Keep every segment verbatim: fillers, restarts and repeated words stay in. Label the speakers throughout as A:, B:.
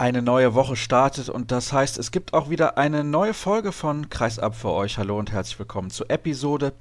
A: Eine neue Woche startet und das heißt, es gibt auch wieder eine neue Folge von Kreisab für euch. Hallo und herzlich willkommen zu Episode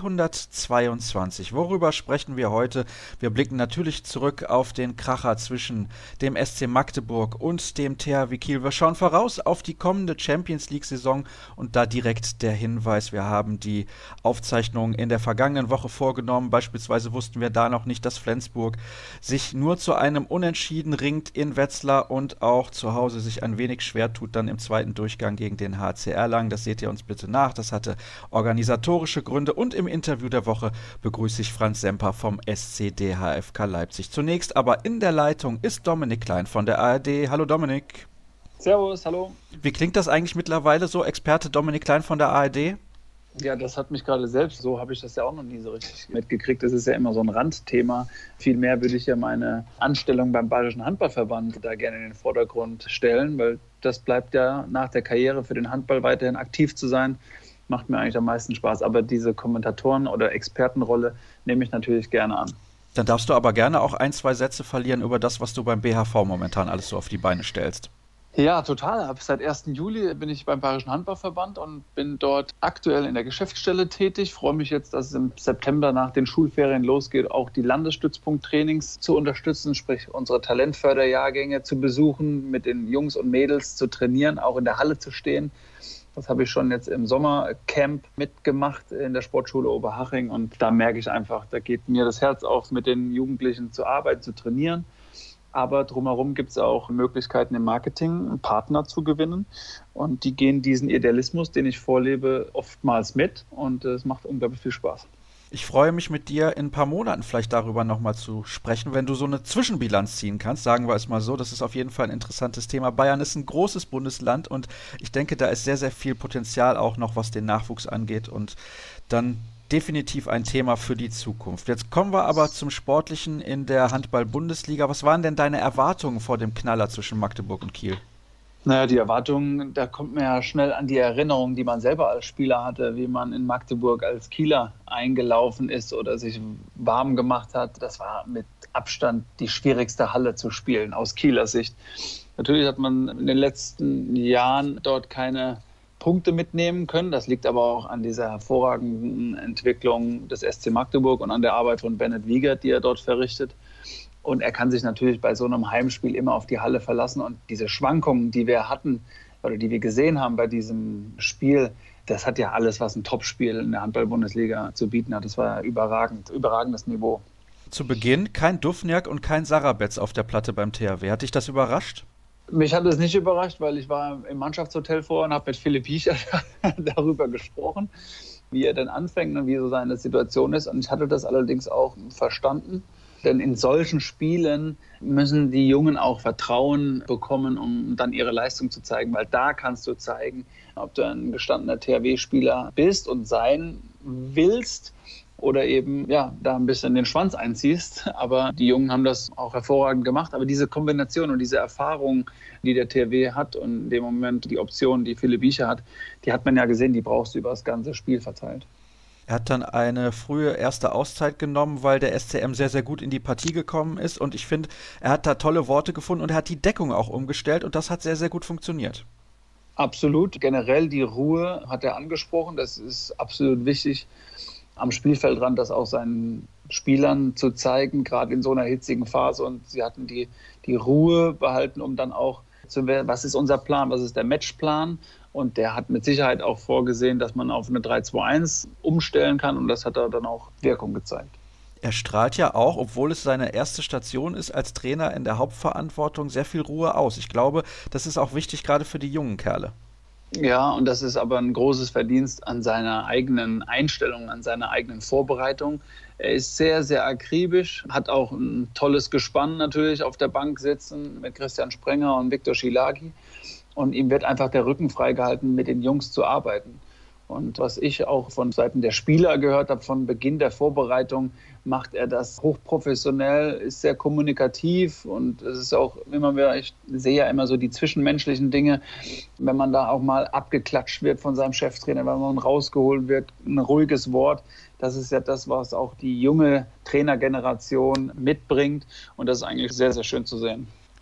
A: zweihundertzweiundzwanzig. Worüber sprechen wir heute? Wir blicken natürlich zurück auf den Kracher zwischen dem S C Magdeburg und dem T H W Kiel. Wir schauen voraus auf die kommende Champions League-Saison und da direkt der Hinweis, wir haben die Aufzeichnungen in der vergangenen Woche vorgenommen. Beispielsweise wussten wir da noch nicht, dass Flensburg sich nur zu einem Unentschieden ringt in Wetzlar und auch zu Hause sich ein wenig schwer tut, dann im zweiten Durchgang gegen den H C Erlangen. Das seht ihr uns bitte nach. Das hatte organisatorische Gründe. Und im Interview der Woche begrüße ich Franz Semper vom S C D H F K Leipzig. Zunächst aber in der Leitung ist Dominik Klein von der A R D. Hallo Dominik.
B: Servus, hallo.
A: Wie klingt das eigentlich mittlerweile so, Experte Dominik Klein von der A R D?
B: Ja, das hat mich gerade selbst, so habe ich das ja auch noch nie so richtig mitgekriegt. Das ist ja immer so ein Randthema. Vielmehr würde ich ja meine Anstellung beim Bayerischen Handballverband da gerne in den Vordergrund stellen, weil das bleibt ja nach der Karriere für den Handball weiterhin aktiv zu sein. Macht mir eigentlich am meisten Spaß. Aber diese Kommentatoren- oder Expertenrolle nehme ich natürlich gerne an.
A: Dann darfst du aber gerne auch ein, zwei Sätze verlieren über das, was du beim B H V momentan alles so auf die Beine stellst.
B: Ja, total. Ab seit ersten Juli bin ich beim Bayerischen Handballverband und bin dort aktuell in der Geschäftsstelle tätig. Freue mich jetzt, dass es im September nach den Schulferien losgeht, auch die Landesstützpunkttrainings zu unterstützen, sprich unsere Talentförderjahrgänge zu besuchen, mit den Jungs und Mädels zu trainieren, auch in der Halle zu stehen. Das habe ich schon jetzt im Sommercamp mitgemacht in der Sportschule Oberhaching und da merke ich einfach, da geht mir das Herz auf, mit den Jugendlichen zu arbeiten, zu trainieren. Aber drumherum gibt es auch Möglichkeiten im Marketing, einen Partner zu gewinnen. Und die gehen diesen Idealismus, den ich vorlebe, oftmals mit. Und es macht unglaublich viel Spaß.
A: Ich freue mich mit dir in ein paar Monaten vielleicht darüber nochmal zu sprechen, wenn du so eine Zwischenbilanz ziehen kannst, sagen wir es mal so. Das ist auf jeden Fall ein interessantes Thema. Bayern ist ein großes Bundesland und ich denke, da ist sehr, sehr viel Potenzial auch noch, was den Nachwuchs angeht und dann definitiv ein Thema für die Zukunft. Jetzt kommen wir aber zum Sportlichen in der Handball-Bundesliga. Was waren denn deine Erwartungen vor dem Knaller zwischen Magdeburg und Kiel?
B: Naja, die Erwartungen, da kommt man ja schnell an die Erinnerung, die man selber als Spieler hatte, wie man in Magdeburg als Kieler eingelaufen ist oder sich warm gemacht hat. Das war mit Abstand die schwierigste Halle zu spielen aus Kieler Sicht. Natürlich hat man in den letzten Jahren dort keine Punkte mitnehmen können. Das liegt aber auch an dieser hervorragenden Entwicklung des S C Magdeburg und an der Arbeit von Bennett Wiegert, die er dort verrichtet. Und er kann sich natürlich bei so einem Heimspiel immer auf die Halle verlassen. Und diese Schwankungen, die wir hatten oder die wir gesehen haben bei diesem Spiel, das hat ja alles, was ein Topspiel in der Handball-Bundesliga zu bieten hat. Das war überragend, überragendes Niveau.
A: Zu Beginn kein Dufniak und kein Sarabetz auf der Platte beim T H W. Hat dich das überrascht?
B: Mich hat es nicht überrascht, weil ich war im Mannschaftshotel vorher und habe mit Philipp Hiecher darüber gesprochen, wie er denn anfängt und wie so seine Situation ist. Und ich hatte das allerdings auch verstanden. Denn in solchen Spielen müssen die Jungen auch Vertrauen bekommen, um dann ihre Leistung zu zeigen. Weil da kannst du zeigen, ob du ein gestandener T H W-Spieler bist und sein willst oder eben ja da ein bisschen den Schwanz einziehst. Aber die Jungen haben das auch hervorragend gemacht. Aber diese Kombination und diese Erfahrung, die der T H W hat und in dem Moment die Option, die Philipp Hiecher hat, die hat man ja gesehen, die brauchst du über das ganze Spiel verteilt.
A: Er hat dann eine frühe erste Auszeit genommen, weil der S C M sehr, sehr gut in die Partie gekommen ist. Und ich finde, er hat da tolle Worte gefunden und er hat die Deckung auch umgestellt und das hat sehr, sehr gut funktioniert.
B: Absolut. Generell die Ruhe hat er angesprochen. Das ist absolut wichtig am Spielfeldrand, das auch seinen Spielern zu zeigen, gerade in so einer hitzigen Phase. Und sie hatten die, die Ruhe behalten, um dann auch zu werden, was ist unser Plan, was ist der Matchplan? Und der hat mit Sicherheit auch vorgesehen, dass man auf eine drei zwei eins umstellen kann. Und das hat er dann auch Wirkung gezeigt.
A: Er strahlt ja auch, obwohl es seine erste Station ist, als Trainer in der Hauptverantwortung sehr viel Ruhe aus. Ich glaube, das ist auch wichtig, gerade für die jungen Kerle.
B: Ja, und das ist aber ein großes Verdienst an seiner eigenen Einstellung, an seiner eigenen Vorbereitung. Er ist sehr, sehr akribisch, hat auch ein tolles Gespann natürlich auf der Bank sitzen mit Christian Sprenger und Viktor Schilagi. Und ihm wird einfach der Rücken freigehalten, mit den Jungs zu arbeiten. Und was ich auch von Seiten der Spieler gehört habe, von Beginn der Vorbereitung, macht er das hochprofessionell, ist sehr kommunikativ und es ist auch immer wieder, ich sehe ja immer so die zwischenmenschlichen Dinge, wenn man da auch mal abgeklatscht wird von seinem Cheftrainer, wenn man rausgeholt wird, ein ruhiges Wort. Das ist ja das, was auch die junge Trainergeneration mitbringt und das ist eigentlich sehr, sehr schön zu sehen.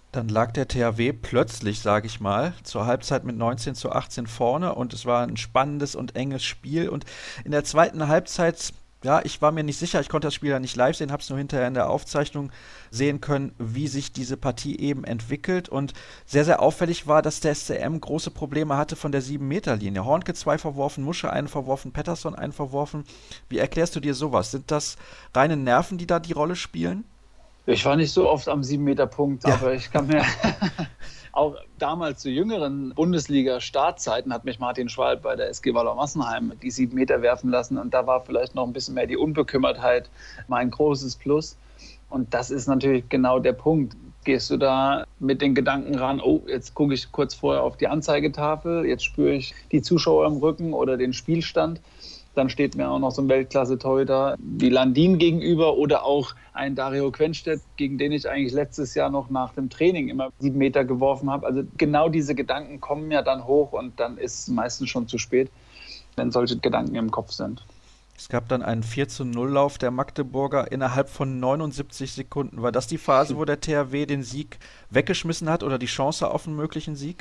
A: Dann lag der T H W plötzlich, sage ich mal, zur Halbzeit mit neunzehn zu achtzehn vorne und es war ein spannendes und enges Spiel. Und in der zweiten Halbzeit, ja, ich war mir nicht sicher, ich konnte das Spiel ja nicht live sehen, habe es nur hinterher in der Aufzeichnung sehen können, wie sich diese Partie eben entwickelt. Und sehr, sehr auffällig war, dass der S C M große Probleme hatte von der sieben-Meter-Linie. Hornke zwei verworfen, Musche einen verworfen, Pettersson einen verworfen. Wie erklärst du dir sowas? Sind das reine Nerven, die da die Rolle spielen?
B: Ich war nicht so oft am sieben-Meter-Punkt,
A: Ja.
B: aber ich kann mir auch damals zu jüngeren Bundesliga-Startzeiten hat mich Martin Schwalb bei der S G Wallau-Massenheim die sieben Meter werfen lassen und da war vielleicht noch ein bisschen mehr die Unbekümmertheit mein großes Plus. Und das ist natürlich genau der Punkt. Gehst du da mit den Gedanken ran, oh, jetzt gucke ich kurz vorher auf die Anzeigetafel, jetzt spüre ich die Zuschauer im Rücken oder den Spielstand. Dann steht mir auch noch so ein Weltklasse-Torhüter wie Landin gegenüber oder auch ein Dario Quenstedt, gegen den ich eigentlich letztes Jahr noch nach dem Training immer sieben Meter geworfen habe. Also genau diese Gedanken kommen ja dann hoch und dann ist es meistens schon zu spät, wenn solche Gedanken im Kopf sind.
A: Es gab dann einen vier zu null Lauf der Magdeburger innerhalb von neunundsiebzig Sekunden. War das die Phase, wo der T H W den Sieg weggeschmissen hat oder die Chance auf einen möglichen Sieg?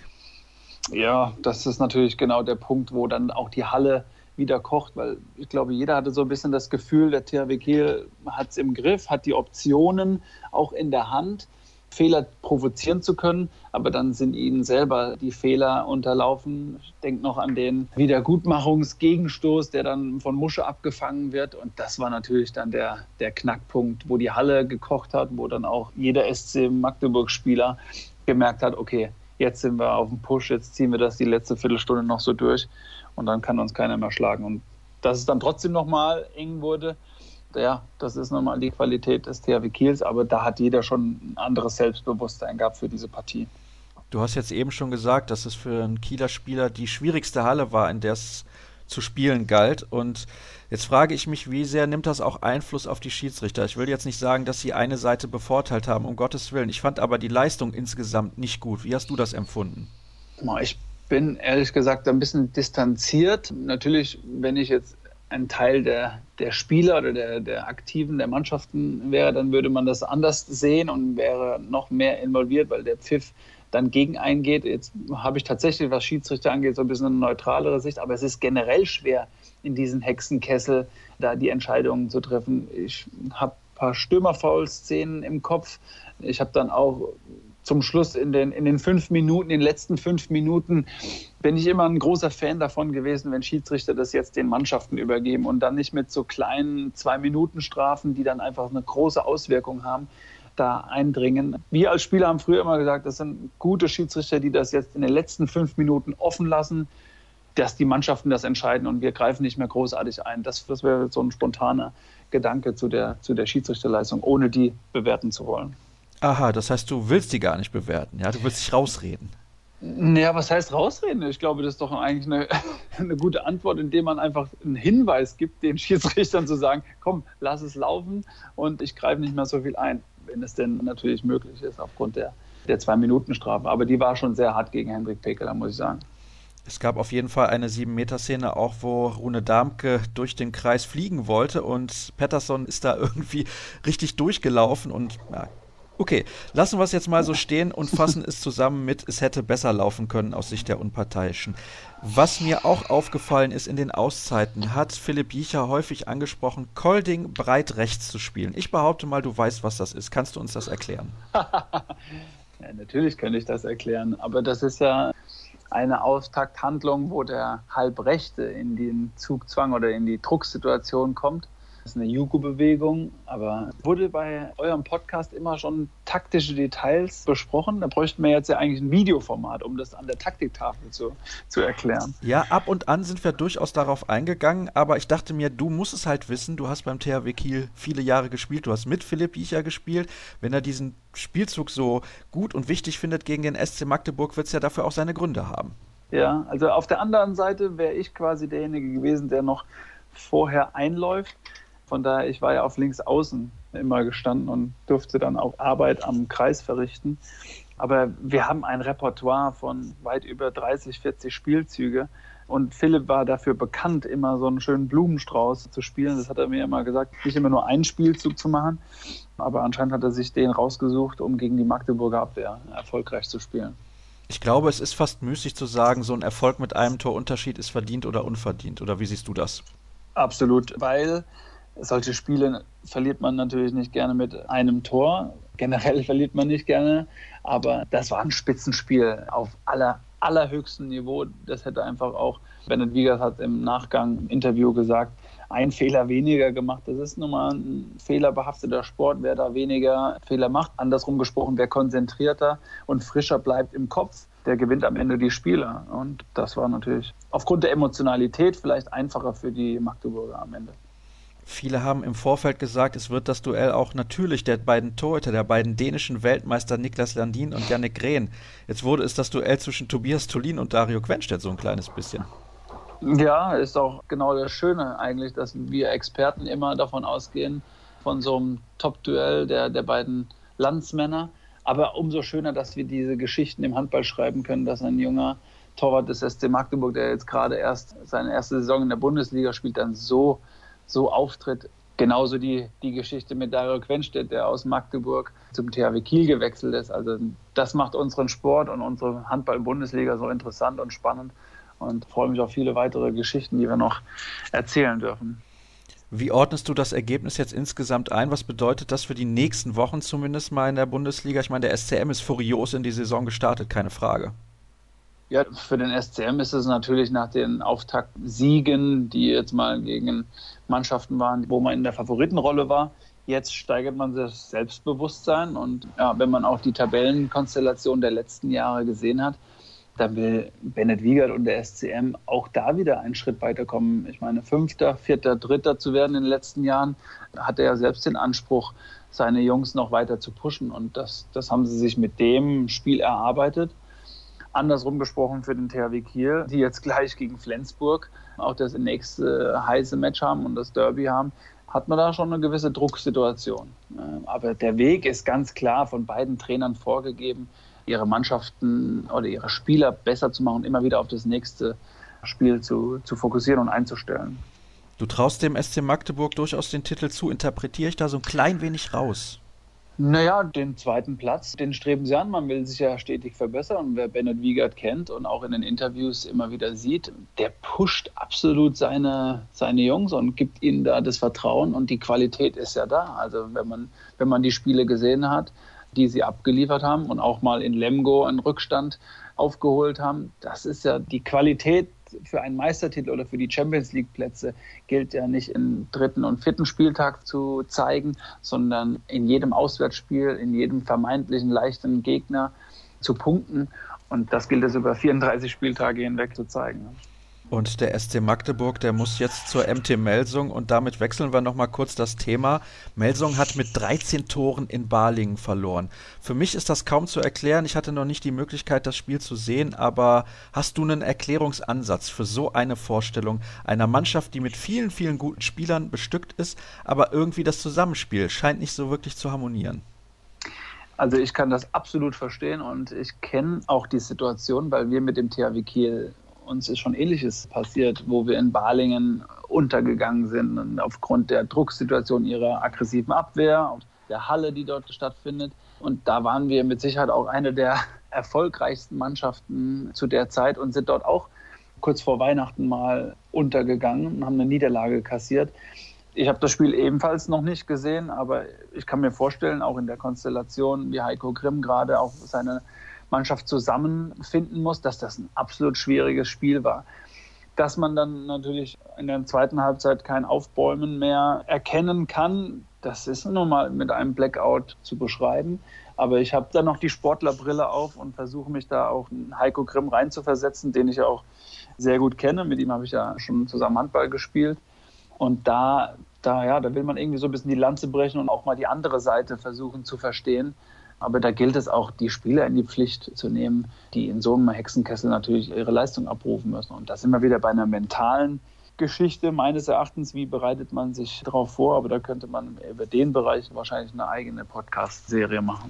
B: Ja, das ist natürlich genau der Punkt, wo dann auch die Halle wieder kocht, weil ich glaube, jeder hatte so ein bisschen das Gefühl, der T H W Kiel hat es im Griff, hat die Optionen auch in der Hand, Fehler provozieren zu können, aber dann sind ihnen selber die Fehler unterlaufen. Ich denke noch an den Wiedergutmachungsgegenstoß, der dann von Musche abgefangen wird und das war natürlich dann der, der Knackpunkt, wo die Halle gekocht hat, wo dann auch jeder S C Magdeburg-Spieler gemerkt hat, okay, jetzt sind wir auf dem Push, jetzt ziehen wir das die letzte Viertelstunde noch so durch und dann kann uns keiner mehr schlagen. Und dass es dann trotzdem nochmal eng wurde, ja, das ist nochmal die Qualität des T H W Kiels, aber da hat jeder schon ein anderes Selbstbewusstsein gehabt für diese Partie.
A: Du hast jetzt eben schon gesagt, dass es für einen Kieler Spieler die schwierigste Halle war, in der es zu spielen galt. Und jetzt frage ich mich, wie sehr nimmt das auch Einfluss auf die Schiedsrichter? Ich will jetzt nicht sagen, dass sie eine Seite bevorteilt haben, um Gottes Willen. Ich fand aber die Leistung insgesamt nicht gut. Wie hast du das empfunden?
B: Ich bin ehrlich gesagt ein bisschen distanziert. Natürlich, wenn ich jetzt ein Teil der, der Spieler oder der, der Aktiven, der Mannschaften wäre, dann würde man das anders sehen und wäre noch mehr involviert, weil der Pfiff dann gegen eingeht. Jetzt habe ich tatsächlich, was Schiedsrichter angeht, so ein bisschen eine neutralere Sicht, aber es ist generell schwer, in diesen Hexenkessel da die Entscheidungen zu treffen. Ich habe ein paar Stürmerfoul-Szenen im Kopf. Ich habe dann auch zum Schluss in den, in den fünf Minuten, in den letzten fünf Minuten, bin ich immer ein großer Fan davon gewesen, wenn Schiedsrichter das jetzt den Mannschaften übergeben und dann nicht mit so kleinen Zwei-Minuten-Strafen, die dann einfach eine große Auswirkung haben, da eindringen. Wir als Spieler haben früher immer gesagt, das sind gute Schiedsrichter, die das jetzt in den letzten fünf Minuten offen lassen, dass die Mannschaften das entscheiden und wir greifen nicht mehr großartig ein. Das, das wäre so ein spontaner Gedanke zu der, zu der Schiedsrichterleistung, ohne die bewerten zu wollen.
A: Aha, das heißt, du willst die gar nicht bewerten, ja? Du willst dich rausreden.
B: Naja, was heißt rausreden? Ich glaube, das ist doch eigentlich eine, eine gute Antwort, indem man einfach einen Hinweis gibt, den Schiedsrichtern zu sagen, komm, lass es laufen und ich greife nicht mehr so viel ein, wenn es denn natürlich möglich ist aufgrund der, der Zwei-Minuten-Strafe. Aber die war schon sehr hart gegen Hendrik Pekeler, muss ich sagen.
A: Es gab auf jeden Fall eine sieben-Meter-Szene auch, wo Rune Darmke durch den Kreis fliegen wollte und Pettersson ist da irgendwie richtig durchgelaufen und ja, okay, lassen wir es jetzt mal so stehen und fassen es zusammen mit, es hätte besser laufen können aus Sicht der Unparteiischen. Was mir auch aufgefallen ist in den Auszeiten, hat Philipp Jiecher häufig angesprochen, Kolding breit rechts zu spielen. Ich behaupte mal, du weißt, was das ist. Kannst du uns das erklären?
B: Ja, natürlich könnte ich das erklären, aber das ist ja eine Auftakthandlung, wo der Halbrechte in den Zugzwang oder in die Drucksituation kommt. Das ist eine Jugo-Bewegung, aber wurde bei eurem Podcast immer schon taktische Details besprochen? Da bräuchten wir jetzt ja eigentlich ein Videoformat, um das an der Taktiktafel zu, zu erklären.
A: Ja, ab und an sind wir durchaus darauf eingegangen, aber ich dachte mir, du musst es halt wissen, du hast beim T H W Kiel viele Jahre gespielt, du hast mit Philipp Jiecher gespielt. Wenn er diesen Spielzug so gut und wichtig findet gegen den S C Magdeburg, wird es ja dafür auch seine Gründe haben.
B: Ja, also auf der anderen Seite wäre ich quasi derjenige gewesen, der noch vorher einläuft. Von daher, ich war ja auf links außen immer gestanden und durfte dann auch Arbeit am Kreis verrichten. Aber wir haben ein Repertoire von weit über dreißig, vierzig Spielzüge. Und Philipp war dafür bekannt, immer so einen schönen Blumenstrauß zu spielen. Das hat er mir immer gesagt, nicht immer nur einen Spielzug zu machen. Aber anscheinend hat er sich den rausgesucht, um gegen die Magdeburger Abwehr erfolgreich zu spielen.
A: Ich glaube, es ist fast müßig zu sagen, so ein Erfolg mit einem Torunterschied ist verdient oder unverdient. Oder wie siehst du das?
B: Absolut, weil solche Spiele verliert man natürlich nicht gerne mit einem Tor. Generell verliert man nicht gerne. Aber das war ein Spitzenspiel auf aller, allerhöchstem Niveau. Das hätte einfach auch, Bennett Wiegert hat im Nachgang im Interview gesagt, ein Fehler weniger gemacht. Das ist nun mal ein fehlerbehafteter Sport, wer da weniger Fehler macht. Andersrum gesprochen, wer konzentrierter und frischer bleibt im Kopf, der gewinnt am Ende die Spiele. Und das war natürlich aufgrund der Emotionalität vielleicht einfacher für die Magdeburger am Ende.
A: Viele haben im Vorfeld gesagt, es wird das Duell auch natürlich der beiden Torhüter, der beiden dänischen Weltmeister Niklas Landin und Jannik Rehn. Jetzt wurde es das Duell zwischen Tobias Thulin und Dario Quenstedt so ein kleines bisschen.
B: Ja, ist auch genau das Schöne eigentlich, dass wir Experten immer davon ausgehen, von so einem Top-Duell der, der beiden Landsmänner. Aber umso schöner, dass wir diese Geschichten im Handball schreiben können, dass ein junger Torwart des S C Magdeburg, der jetzt gerade erst seine erste Saison in der Bundesliga spielt, dann so, so auftritt. Genauso die, die Geschichte mit Dario Quenstedt, der aus Magdeburg zum T H W Kiel gewechselt ist. Also das macht unseren Sport und unsere Handball-Bundesliga so interessant und spannend. Und freue mich auf viele weitere Geschichten, die wir noch erzählen dürfen.
A: Wie ordnest du das Ergebnis jetzt insgesamt ein? Was bedeutet das für die nächsten Wochen zumindest mal in der Bundesliga? Ich meine, der S C M ist furios in die Saison gestartet, keine Frage.
B: Ja, für den S C M ist es natürlich nach den Auftaktsiegen, die jetzt mal gegen Mannschaften waren, wo man in der Favoritenrolle war. Jetzt steigert man das Selbstbewusstsein. Und ja, wenn man auch die Tabellenkonstellation der letzten Jahre gesehen hat, da will Bennett Wiegert und der S C M auch da wieder einen Schritt weiterkommen. Ich meine, Fünfter, Vierter, Dritter zu werden in den letzten Jahren, hat er ja selbst den Anspruch, seine Jungs noch weiter zu pushen. Und das, das haben sie sich mit dem Spiel erarbeitet. Andersrum gesprochen für den T H W Kiel, die jetzt gleich gegen Flensburg auch das nächste heiße Match haben und das Derby haben, hat man da schon eine gewisse Drucksituation. Aber der Weg ist ganz klar von beiden Trainern vorgegeben, ihre Mannschaften oder ihre Spieler besser zu machen und immer wieder auf das nächste Spiel zu, zu fokussieren und einzustellen.
A: Du traust dem S C Magdeburg durchaus den Titel zu. Interpretiere ich da so ein klein wenig raus?
B: Naja, den zweiten Platz, den streben sie an. Man will sich ja stetig verbessern. Und wer Bennett Wiegert kennt und auch in den Interviews immer wieder sieht, der pusht absolut seine, seine Jungs und gibt ihnen da das Vertrauen. Und die Qualität ist ja da. Also wenn man, wenn man die Spiele gesehen hat, die sie abgeliefert haben und auch mal in Lemgo einen Rückstand aufgeholt haben. Das ist ja die Qualität für einen Meistertitel oder für die Champions-League-Plätze gilt ja nicht im dritten und vierten Spieltag zu zeigen, sondern in jedem Auswärtsspiel, in jedem vermeintlichen leichten Gegner zu punkten. Und das gilt es über vierunddreißig Spieltage hinweg zu zeigen.
A: Und der S C Magdeburg, der muss jetzt zur M T Melsung und damit wechseln wir nochmal kurz das Thema. Melsung hat mit dreizehn Toren in Balingen verloren. Für mich ist das kaum zu erklären. Ich hatte noch nicht die Möglichkeit, das Spiel zu sehen, aber hast du einen Erklärungsansatz für so eine Vorstellung einer Mannschaft, die mit vielen, vielen guten Spielern bestückt ist, aber irgendwie das Zusammenspiel scheint nicht so wirklich zu harmonieren?
B: Also ich kann das absolut verstehen und ich kenne auch die Situation, weil wir mit dem T H W Kiel uns ist schon Ähnliches passiert, wo wir in Balingen untergegangen sind und aufgrund der Drucksituation ihrer aggressiven Abwehr und der Halle, die dort stattfindet. Und da waren wir mit Sicherheit auch eine der erfolgreichsten Mannschaften zu der Zeit und sind dort auch kurz vor Weihnachten mal untergegangen und haben eine Niederlage kassiert. Ich habe das Spiel ebenfalls noch nicht gesehen, aber ich kann mir vorstellen, auch in der Konstellation, wie Heiko Grimm gerade auch seine Mannschaft zusammenfinden muss, dass das ein absolut schwieriges Spiel war. Dass man dann natürlich in der zweiten Halbzeit kein Aufbäumen mehr erkennen kann, das ist nun mal mit einem Blackout zu beschreiben. Aber ich habe dann noch die Sportlerbrille auf und versuche mich da auch in Heiko Grimm reinzuversetzen, den ich auch sehr gut kenne. Mit ihm habe ich ja schon zusammen Handball gespielt. Und da, da, ja, da will man irgendwie so ein bisschen die Lanze brechen und auch mal die andere Seite versuchen zu verstehen. Aber da gilt es auch, die Spieler in die Pflicht zu nehmen, die in so einem Hexenkessel natürlich ihre Leistung abrufen müssen. Und da sind wir wieder bei einer mentalen Geschichte meines Erachtens. Wie bereitet man sich darauf vor? Aber da könnte man über den Bereich wahrscheinlich eine eigene Podcast-Serie machen.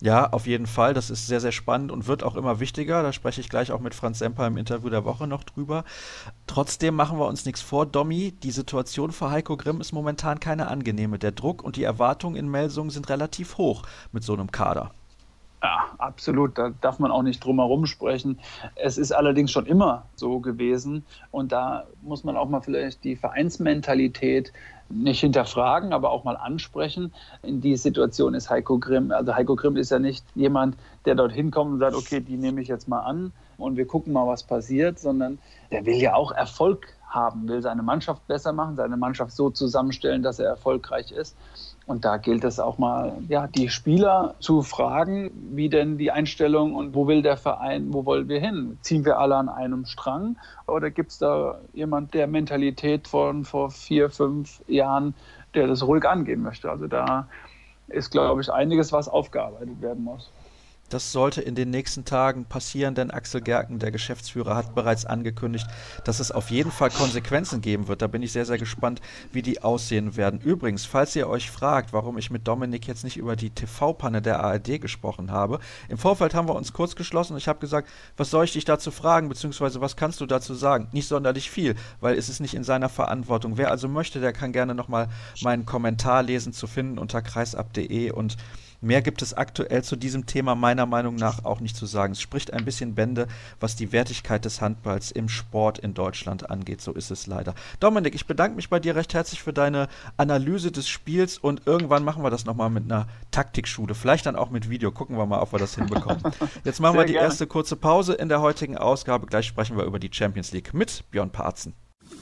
A: Ja, auf jeden Fall. Das ist sehr, sehr spannend und wird auch immer wichtiger. Da spreche ich gleich auch mit Franz Semper im Interview der Woche noch drüber. Trotzdem machen wir uns nichts vor, Domi. Die Situation für Heiko Grimm ist momentan keine angenehme. Der Druck und die Erwartungen in Melsungen sind relativ hoch mit so einem Kader.
B: Ja, absolut. Da darf man auch nicht drum herum sprechen. Es ist allerdings schon immer so gewesen. Und da muss man auch mal vielleicht die Vereinsmentalität nicht hinterfragen, aber auch mal ansprechen. In die Situation ist Heiko Grimm. Also Heiko Grimm ist ja nicht jemand, der dorthin kommt und sagt, okay, die nehme ich jetzt mal an und wir gucken mal, was passiert, sondern der will ja auch Erfolg haben, will seine Mannschaft besser machen, seine Mannschaft so zusammenstellen, dass er erfolgreich ist. Und da gilt es auch mal, ja, die Spieler zu fragen, wie denn die Einstellung und wo will der Verein, wo wollen wir hin? Ziehen wir alle an einem Strang oder gibt es da jemand, der Mentalität von vor vier, fünf Jahren, der das ruhig angehen möchte? Also da ist, glaube ich, einiges, was aufgearbeitet werden muss.
A: Das sollte in den nächsten Tagen passieren, denn Axel Gerken, der Geschäftsführer, hat bereits angekündigt, dass es auf jeden Fall Konsequenzen geben wird. Da bin ich sehr, sehr gespannt, wie die aussehen werden. Übrigens, falls ihr euch fragt, warum ich mit Dominik jetzt nicht über die T V-Panne der A R D gesprochen habe, im Vorfeld haben wir uns kurz geschlossen und ich habe gesagt, was soll ich dich dazu fragen, beziehungsweise was kannst du dazu sagen? Nicht sonderlich viel, weil es ist nicht in seiner Verantwortung. Wer also möchte, der kann gerne nochmal meinen Kommentar lesen, zu finden unter kreisab punkt de und mehr gibt es aktuell zu diesem Thema meiner Meinung nach auch nicht zu sagen. Es spricht ein bisschen Bände, was die Wertigkeit des Handballs im Sport in Deutschland angeht. So ist es leider. Dominik, ich bedanke mich bei dir recht herzlich für deine Analyse des Spiels und irgendwann machen wir das nochmal mit einer Taktikschule. Vielleicht dann auch mit Video. Gucken wir mal, ob wir das hinbekommen. Jetzt machen Sehr wir die gerne. erste kurze Pause in der heutigen Ausgabe. Gleich sprechen wir über die Champions League mit Björn Parzen.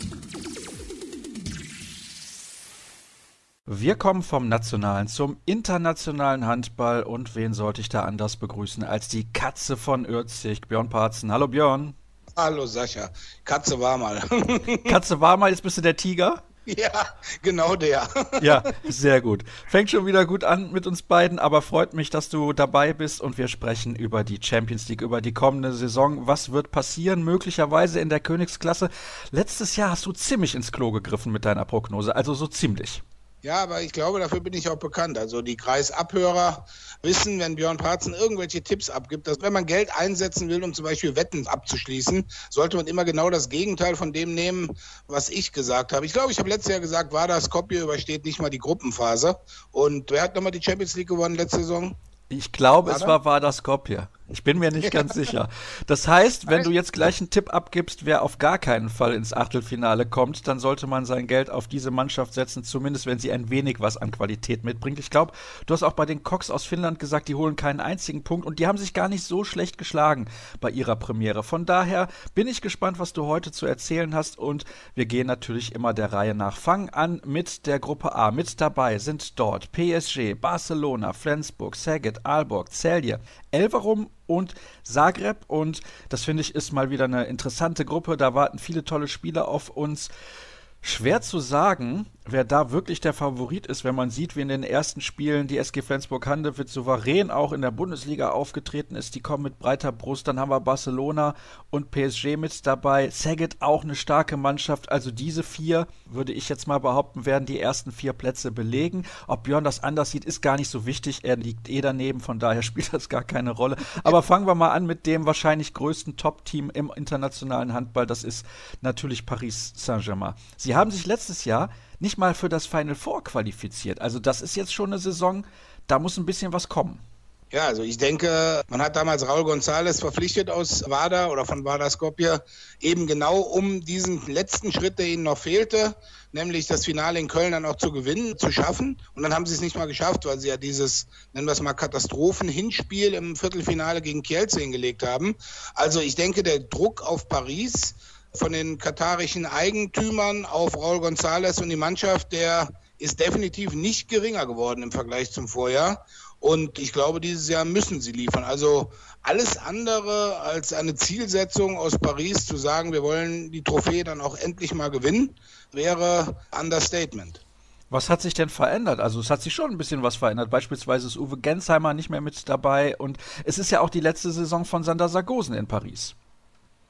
A: Wir kommen vom nationalen zum internationalen Handball und wen sollte ich da anders begrüßen als die Katze von Ürzig, Björn Parzen. Hallo Björn.
C: Hallo Sascha, Katze war mal.
A: Katze war mal, jetzt bist du der Tiger?
C: Ja, genau der.
A: Ja, sehr gut. Fängt schon wieder gut an mit uns beiden, aber freut mich, dass du dabei bist und wir sprechen über die Champions League, über die kommende Saison. Was wird passieren, möglicherweise in der Königsklasse? Letztes Jahr hast du ziemlich ins Klo gegriffen mit deiner Prognose, also so ziemlich.
C: Ja, aber ich glaube, dafür bin ich auch bekannt. Also die Kreisabhörer wissen, wenn Björn Parzen irgendwelche Tipps abgibt, dass wenn man Geld einsetzen will, um zum Beispiel Wetten abzuschließen, sollte man immer genau das Gegenteil von dem nehmen, was ich gesagt habe. Ich glaube, ich habe letztes Jahr gesagt, Vardar Skopje übersteht nicht mal die Gruppenphase. Und wer hat nochmal die Champions League gewonnen letzte Saison?
A: Ich glaube, es war Vardar Skopje. Ich bin mir nicht ganz sicher. Das heißt, wenn du jetzt gleich einen Tipp abgibst, wer auf gar keinen Fall ins Achtelfinale kommt, dann sollte man sein Geld auf diese Mannschaft setzen, zumindest wenn sie ein wenig was an Qualität mitbringt. Ich glaube, du hast auch bei den Cox aus Finnland gesagt, die holen keinen einzigen Punkt und die haben sich gar nicht so schlecht geschlagen bei ihrer Premiere. Von daher bin ich gespannt, was du heute zu erzählen hast und wir gehen natürlich immer der Reihe nach. Fangen an mit der Gruppe A. Mit dabei sind dort P S G, Barcelona, Flensburg, Szeged, Aalborg, Celje, Elverum und Zagreb und das finde ich ist mal wieder eine interessante Gruppe, da warten viele tolle Spieler auf uns. Schwer zu sagen, wer da wirklich der Favorit ist, wenn man sieht, wie in den ersten Spielen die S G Flensburg-Handewitt souverän auch in der Bundesliga aufgetreten ist. Die kommen mit breiter Brust. Dann haben wir Barcelona und P S G mit dabei. Szeged auch eine starke Mannschaft. Also diese vier, würde ich jetzt mal behaupten, werden die ersten vier Plätze belegen. Ob Björn das anders sieht, ist gar nicht so wichtig. Er liegt eh daneben, von daher spielt das gar keine Rolle. Aber fangen wir mal an mit dem wahrscheinlich größten Top-Team im internationalen Handball. Das ist natürlich Paris Saint-Germain. Sie haben sich letztes Jahr nicht mal für das Final Four qualifiziert. Also das ist jetzt schon eine Saison, da muss ein bisschen was kommen.
C: Ja, also ich denke, man hat damals Raul González verpflichtet aus Vardar oder von Vardar Skopje, eben genau um diesen letzten Schritt, der ihnen noch fehlte, nämlich das Finale in Köln dann auch zu gewinnen, zu schaffen. Und dann haben sie es nicht mal geschafft, weil sie ja dieses, nennen wir es mal, Katastrophen-Hinspiel im Viertelfinale gegen Kielce hingelegt haben. Also ich denke, der Druck auf Paris von den katarischen Eigentümern auf Raul González und die Mannschaft, der ist definitiv nicht geringer geworden im Vergleich zum Vorjahr. Und ich glaube, dieses Jahr müssen sie liefern. Also alles andere als eine Zielsetzung aus Paris zu sagen, wir wollen die Trophäe dann auch endlich mal gewinnen, wäre Understatement.
A: Was hat sich denn verändert? Also es hat sich schon ein bisschen was verändert. Beispielsweise ist Uwe Gensheimer nicht mehr mit dabei und es ist ja auch die letzte Saison von Sander Sargosen in Paris.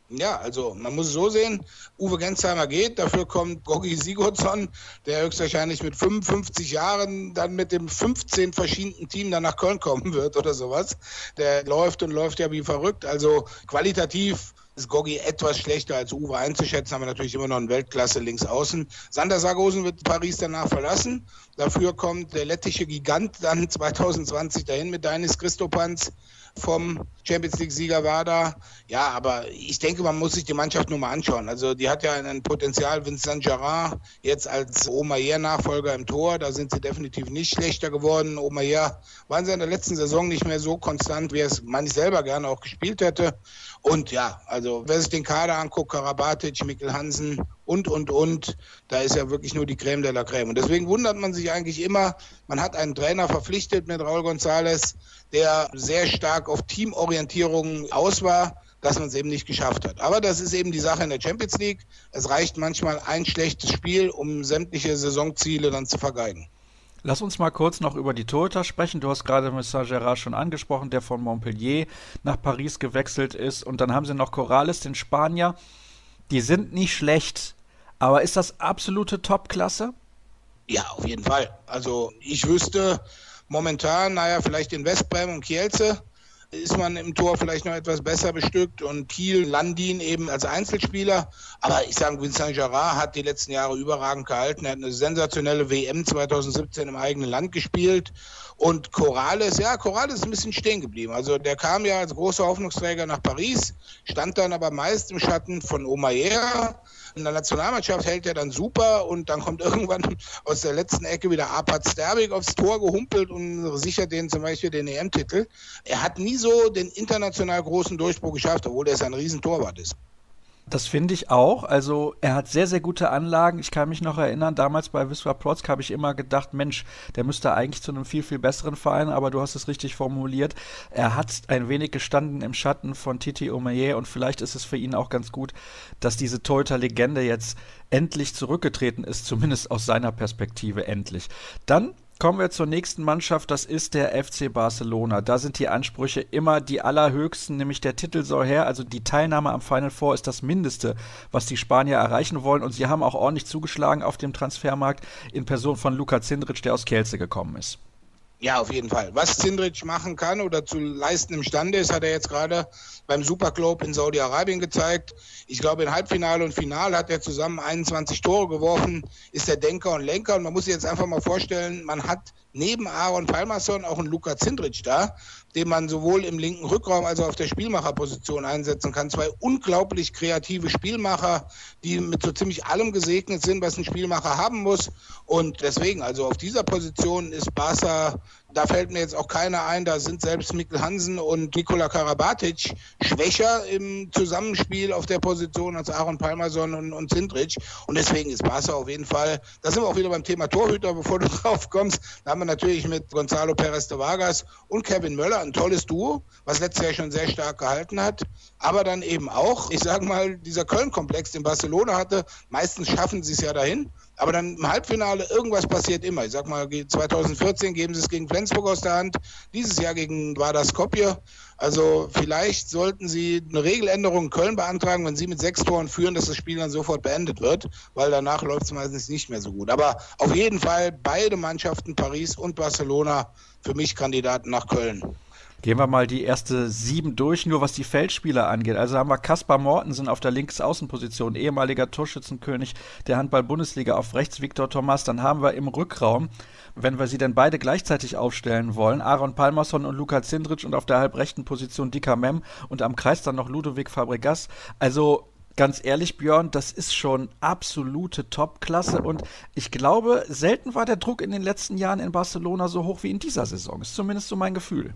C: Ja, also man muss es so sehen, Uwe Gensheimer geht, dafür kommt Gogi Sigurdsson, der höchstwahrscheinlich mit fünfundfünfzig Jahren dann mit dem fünfzehn verschiedenen Team dann nach Köln kommen wird oder sowas. Der läuft und läuft ja wie verrückt, also qualitativ ist Gogi etwas schlechter als Uwe einzuschätzen, haben wir natürlich immer noch einen Weltklasse links außen. Sander Sargosen wird Paris danach verlassen, dafür kommt der lettische Gigant dann zwanzig zwanzig dahin mit Dainis Christopans vom Champions-League-Sieger Vardar. Ja, aber ich denke, man muss sich die Mannschaft nur mal anschauen. Also die hat ja ein Potenzial, Vincent Gerard jetzt als Omayer-Nachfolger im Tor, da sind sie definitiv nicht schlechter geworden. Omayer waren sie in der letzten Saison nicht mehr so konstant, wie es man selber gerne auch gespielt hätte. Und ja, also wer sich den Kader anguckt, Karabatic, Mikkel Hansen und, und, und, da ist ja wirklich nur die Creme de la Creme. Und deswegen wundert man sich eigentlich immer, man hat einen Trainer verpflichtet mit Raúl González, der sehr stark auf Teamorientierung aus war, dass man es eben nicht geschafft hat. Aber das ist eben die Sache in der Champions League. Es reicht manchmal ein schlechtes Spiel, um sämtliche Saisonziele dann zu vergeigen.
A: Lass uns mal kurz noch über die Torhüter sprechen. Du hast gerade Vincent Gerard schon angesprochen, der von Montpellier nach Paris gewechselt ist. Und dann haben sie noch Corrales, den Spanier. Die sind nicht schlecht, aber ist das absolute Top-Klasse?
C: Ja, auf jeden Fall. Also ich wüsste momentan, naja, vielleicht in Westbrem und Kielce ist man im Tor vielleicht noch etwas besser bestückt und Kiel, Landin eben als Einzelspieler. Aber ich sage, Vincent Gerard hat die letzten Jahre überragend gehalten. Er hat eine sensationelle W M zwanzig siebzehn im eigenen Land gespielt. Und Corrales, ja, Corrales ist ein bisschen stehen geblieben. Also der kam ja als großer Hoffnungsträger nach Paris, stand dann aber meist im Schatten von Omayer. In der Nationalmannschaft hält er dann super und dann kommt irgendwann aus der letzten Ecke wieder Arpad Sterbik aufs Tor gehumpelt und sichert denen zum Beispiel den E M-Titel. Er hat nie so den international großen Durchbruch geschafft, obwohl er ein Riesentorwart ist.
A: Das finde ich auch. Also er hat sehr, sehr gute Anlagen. Ich kann mich noch erinnern, damals bei Wisła Płock habe ich immer gedacht, Mensch, der müsste eigentlich zu einem viel, viel besseren Verein, aber du hast es richtig formuliert. Er hat ein wenig gestanden im Schatten von Titi Omeyer und vielleicht ist es für ihn auch ganz gut, dass diese Torhüter-Legende jetzt endlich zurückgetreten ist, zumindest aus seiner Perspektive endlich. Dann kommen wir zur nächsten Mannschaft, das ist der F C Barcelona. Da sind die Ansprüche immer die allerhöchsten, nämlich der Titel soll her, also die Teilnahme am Final Four ist das Mindeste, was die Spanier erreichen wollen und sie haben auch ordentlich zugeschlagen auf dem Transfermarkt in Person von Luka Cindric, der aus Kielce gekommen ist.
C: Ja, auf jeden Fall. Was Cindric machen kann oder zu leisten imstande ist, hat er jetzt gerade beim Superclub in Saudi-Arabien gezeigt. Ich glaube, in Halbfinale und Finale hat er zusammen einundzwanzig Tore geworfen, ist der Denker und Lenker. Und man muss sich jetzt einfach mal vorstellen, man hat neben Aaron Palmason auch einen Luka Cindric da, den man sowohl im linken Rückraum als auch auf der Spielmacherposition einsetzen kann. Zwei unglaublich kreative Spielmacher, die mit so ziemlich allem gesegnet sind, was ein Spielmacher haben muss. Und deswegen, also auf dieser Position ist Barca, da fällt mir jetzt auch keiner ein, da sind selbst Mikkel Hansen und Nikola Karabatic schwächer im Zusammenspiel auf der Position als Aaron Palmason und, und Cindric. Und deswegen ist Barca auf jeden Fall, da sind wir auch wieder beim Thema Torhüter, bevor du drauf kommst, da haben wir natürlich mit Gonzalo Pérez de Vargas und Kevin Möller ein tolles Duo, was letztes Jahr schon sehr stark gehalten hat. Aber dann eben auch, ich sage mal, dieser Köln-Komplex, den Barcelona hatte, meistens schaffen sie es ja dahin. Aber dann im Halbfinale, irgendwas passiert immer. Ich sag mal, zwanzig vierzehn geben sie es gegen Flensburg aus der Hand, dieses Jahr gegen Vardar Skopje. Also vielleicht sollten sie eine Regeländerung in Köln beantragen, wenn sie mit sechs Toren führen, dass das Spiel dann sofort beendet wird, weil danach läuft es meistens nicht mehr so gut. Aber auf jeden Fall beide Mannschaften, Paris und Barcelona, für mich Kandidaten nach Köln.
A: Gehen wir mal die erste sieben durch, nur was die Feldspieler angeht. Also haben wir Kaspar Mortensen auf der Linksaußenposition, ehemaliger Torschützenkönig der Handball-Bundesliga auf rechts, Victor Thomas. Dann haben wir im Rückraum, wenn wir sie denn beide gleichzeitig aufstellen wollen, Aaron Palmason und Luka Cindric und auf der halbrechten Position Dika Mem und am Kreis dann noch Ludovic Fabregas. Also ganz ehrlich, Björn, das ist schon absolute Top-Klasse und ich glaube, selten war der Druck in den letzten Jahren in Barcelona so hoch wie in dieser Saison. Ist zumindest so mein Gefühl.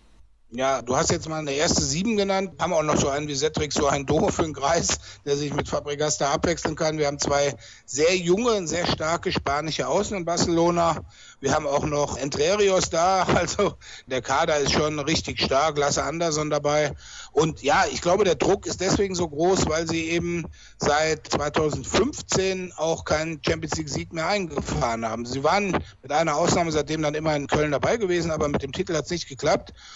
C: Ja, du hast jetzt mal eine erste Sieben genannt. Haben auch noch so einen wie Cedric Sohain-Do für den Kreis, der sich mit Fabregas da abwechseln kann. Wir haben zwei sehr junge und sehr starke spanische Außen in Barcelona. Wir haben auch noch Entre Rios da. Also der Kader ist schon richtig stark. Lasse Anderson dabei. Und ja, ich glaube, der Druck ist deswegen so groß, weil sie eben seit zwanzig fünfzehn auch keinen Champions-League-Sieg mehr eingefahren haben. Sie waren mit einer Ausnahme seitdem dann immer in Köln dabei gewesen, aber mit dem Titel hat es nicht geklappt. Und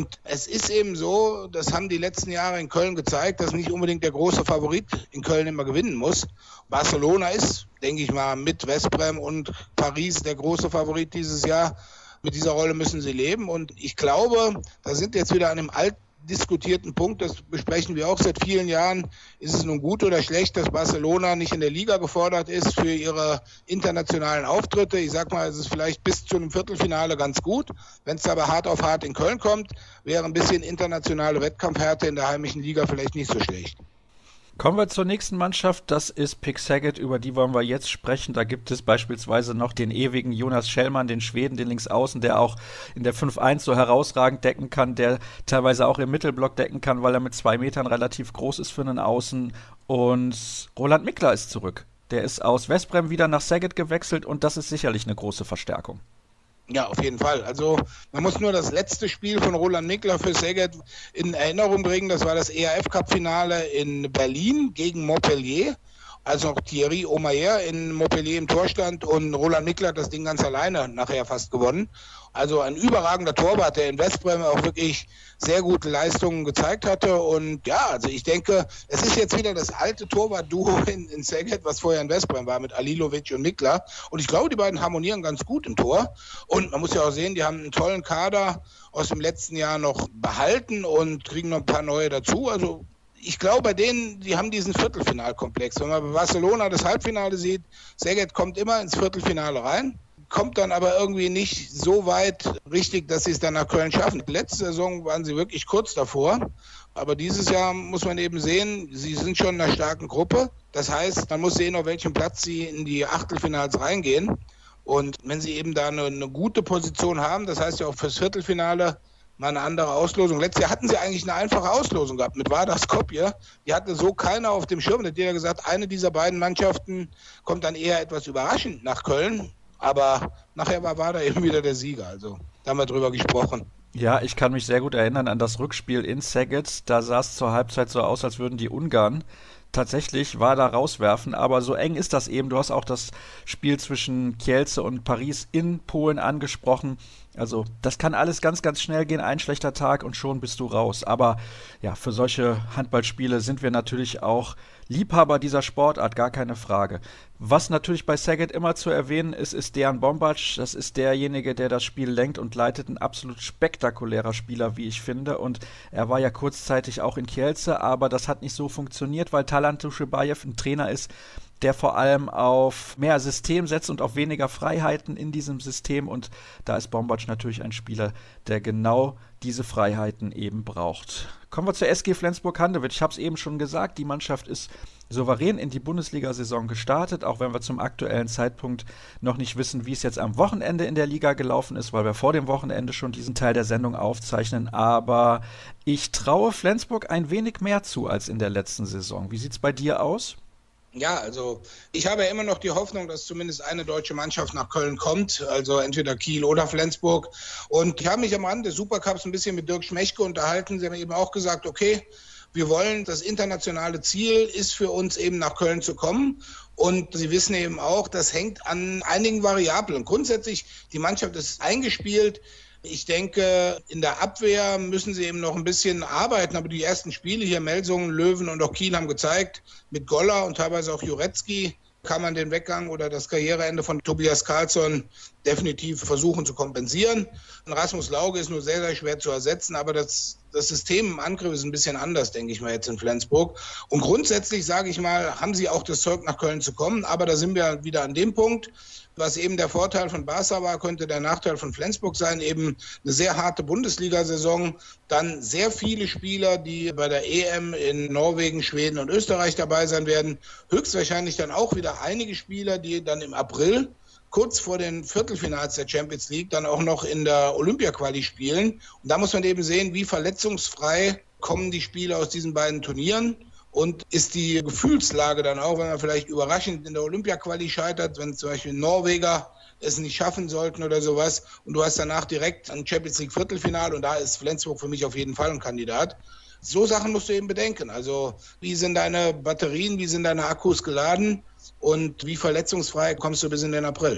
C: Und es ist eben so, das haben die letzten Jahre in Köln gezeigt, dass nicht unbedingt der große Favorit in Köln immer gewinnen muss. Barcelona ist, denke ich mal, mit Westbrem und Paris der große Favorit dieses Jahr. Mit dieser Rolle müssen sie leben. Und ich glaube, da sind jetzt wieder an einem alten diskutierten Punkt, das besprechen wir auch seit vielen Jahren, ist es nun gut oder schlecht, dass Barcelona nicht in der Liga gefordert ist für ihre internationalen Auftritte. Ich sag mal, es ist vielleicht bis zu einem Viertelfinale ganz gut. Wenn es aber hart auf hart in Köln kommt, wäre ein bisschen internationale Wettkampfhärte in der heimischen Liga vielleicht nicht so schlecht.
A: Kommen wir zur nächsten Mannschaft, das ist Pick Saget, über die wollen wir jetzt sprechen. Da gibt es beispielsweise noch den ewigen Jonas Schellmann, den Schweden, den Linksaußen, der auch in der fünf eins so herausragend decken kann, der teilweise auch im Mittelblock decken kann, weil er mit zwei Metern relativ groß ist für einen Außen. Und Roland Mickler ist zurück. Der ist aus Westbrem wieder nach Saget gewechselt und das ist sicherlich eine große Verstärkung.
C: Ja, auf jeden Fall. Also man muss nur das letzte Spiel von Roland Mickler für Saget in Erinnerung bringen. Das war das E R F-Cup-Finale in Berlin gegen Montpellier. Als noch Thierry Omeyer in Montpellier im Tor stand und Roland Mickler hat das Ding ganz alleine nachher fast gewonnen. Also ein überragender Torwart, der in Westbrem auch wirklich sehr gute Leistungen gezeigt hatte. Und ja, also ich denke, es ist jetzt wieder das alte Torwart-Duo in, in Saget, was vorher in Westbrem war, mit Alilovic und Mickler. Und ich glaube, die beiden harmonieren ganz gut im Tor. Und man muss ja auch sehen, die haben einen tollen Kader aus dem letzten Jahr noch behalten und kriegen noch ein paar neue dazu. Also ich glaube, bei denen, die haben diesen Viertelfinalkomplex. Wenn man bei Barcelona das Halbfinale sieht, Saget kommt immer ins Viertelfinale rein, kommt dann aber irgendwie nicht so weit richtig, dass sie es dann nach Köln schaffen. Letzte Saison waren sie wirklich kurz davor, aber dieses Jahr muss man eben sehen, sie sind schon in einer starken Gruppe. Das heißt, man muss sehen, auf welchem Platz sie in die Achtelfinals reingehen. Und wenn sie eben da eine, eine gute Position haben, das heißt ja auch fürs Viertelfinale, mal eine andere Auslosung. Letztes Jahr hatten sie eigentlich eine einfache Auslosung gehabt mit Vardar Skopje. Die hatte so keiner auf dem Schirm. Da hat jeder gesagt, eine dieser beiden Mannschaften kommt dann eher etwas überraschend nach Köln. Aber nachher war Vardar eben wieder der Sieger. Also da haben wir drüber gesprochen.
A: Ja, ich kann mich sehr gut erinnern an das Rückspiel in Saget. Da sah es zur Halbzeit so aus, als würden die Ungarn tatsächlich Vardar rauswerfen, aber so eng ist das eben. Du hast auch das Spiel zwischen Kielce und Paris in Polen angesprochen. Also das kann alles ganz, ganz schnell gehen. Ein schlechter Tag und schon bist du raus. Aber ja, für solche Handballspiele sind wir natürlich auch Liebhaber dieser Sportart, gar keine Frage. Was natürlich bei Saget immer zu erwähnen ist, ist Dejan Bombac. Das ist derjenige, der das Spiel lenkt und leitet. Ein absolut spektakulärer Spieler, wie ich finde. Und er war ja kurzzeitig auch in Kielce, aber das hat nicht so funktioniert, weil Talant Dushibayev ein Trainer ist, der vor allem auf mehr System setzt und auf weniger Freiheiten in diesem System. Und da ist Bombac natürlich ein Spieler, der genau diese Freiheiten eben braucht. Kommen wir zur S G Flensburg-Handewitt. Ich habe es eben schon gesagt, die Mannschaft ist souverän in die Bundesliga-Saison gestartet, auch wenn wir zum aktuellen Zeitpunkt noch nicht wissen, wie es jetzt am Wochenende in der Liga gelaufen ist, weil wir vor dem Wochenende schon diesen Teil der Sendung aufzeichnen. Aber ich traue Flensburg ein wenig mehr zu als in der letzten Saison. Wie sieht es bei dir aus?
C: Ja, also ich habe ja immer noch die Hoffnung, dass zumindest eine deutsche Mannschaft nach Köln kommt, also entweder Kiel oder Flensburg. Und ich habe mich am Rand des Supercups ein bisschen mit Dirk Schmechke unterhalten. Sie haben eben auch gesagt, okay, wir wollen, das internationale Ziel ist für uns eben nach Köln zu kommen. Und Sie wissen eben auch, das hängt an einigen Variablen. Grundsätzlich, die Mannschaft ist eingespielt. Ich denke, in der Abwehr müssen sie eben noch ein bisschen arbeiten, aber die ersten Spiele hier, Melsungen, Löwen und auch Kiel, haben gezeigt, mit Goller und teilweise auch Jurecki kann man den Weggang oder das Karriereende von Tobias Karlsson definitiv versuchen zu kompensieren. Und Rasmus Lauge ist nur sehr, sehr schwer zu ersetzen, aber das, das System im Angriff ist ein bisschen anders, denke ich mal, jetzt in Flensburg. Und grundsätzlich, sage ich mal, haben sie auch das Zeug, nach Köln zu kommen, aber da sind wir wieder an dem Punkt, was eben der Vorteil von Barca war, könnte der Nachteil von Flensburg sein, eben eine sehr harte Bundesliga-Saison, dann sehr viele Spieler, die bei der E M in Norwegen, Schweden und Österreich dabei sein werden, höchstwahrscheinlich dann auch wieder einige Spieler, die dann im April, kurz vor den Viertelfinals der Champions League, dann auch noch in der Olympia-Quali spielen. Und da muss man eben sehen, wie verletzungsfrei kommen die Spieler aus diesen beiden Turnieren. Und ist die Gefühlslage dann auch, wenn man vielleicht überraschend in der Olympia-Quali scheitert, wenn zum Beispiel Norweger es nicht schaffen sollten oder sowas und du hast danach direkt ein Champions League Viertelfinale und da ist Flensburg für mich auf jeden Fall ein Kandidat. So Sachen musst du eben bedenken. Also wie sind deine Batterien, wie sind deine Akkus geladen und wie verletzungsfrei kommst du bis in den April?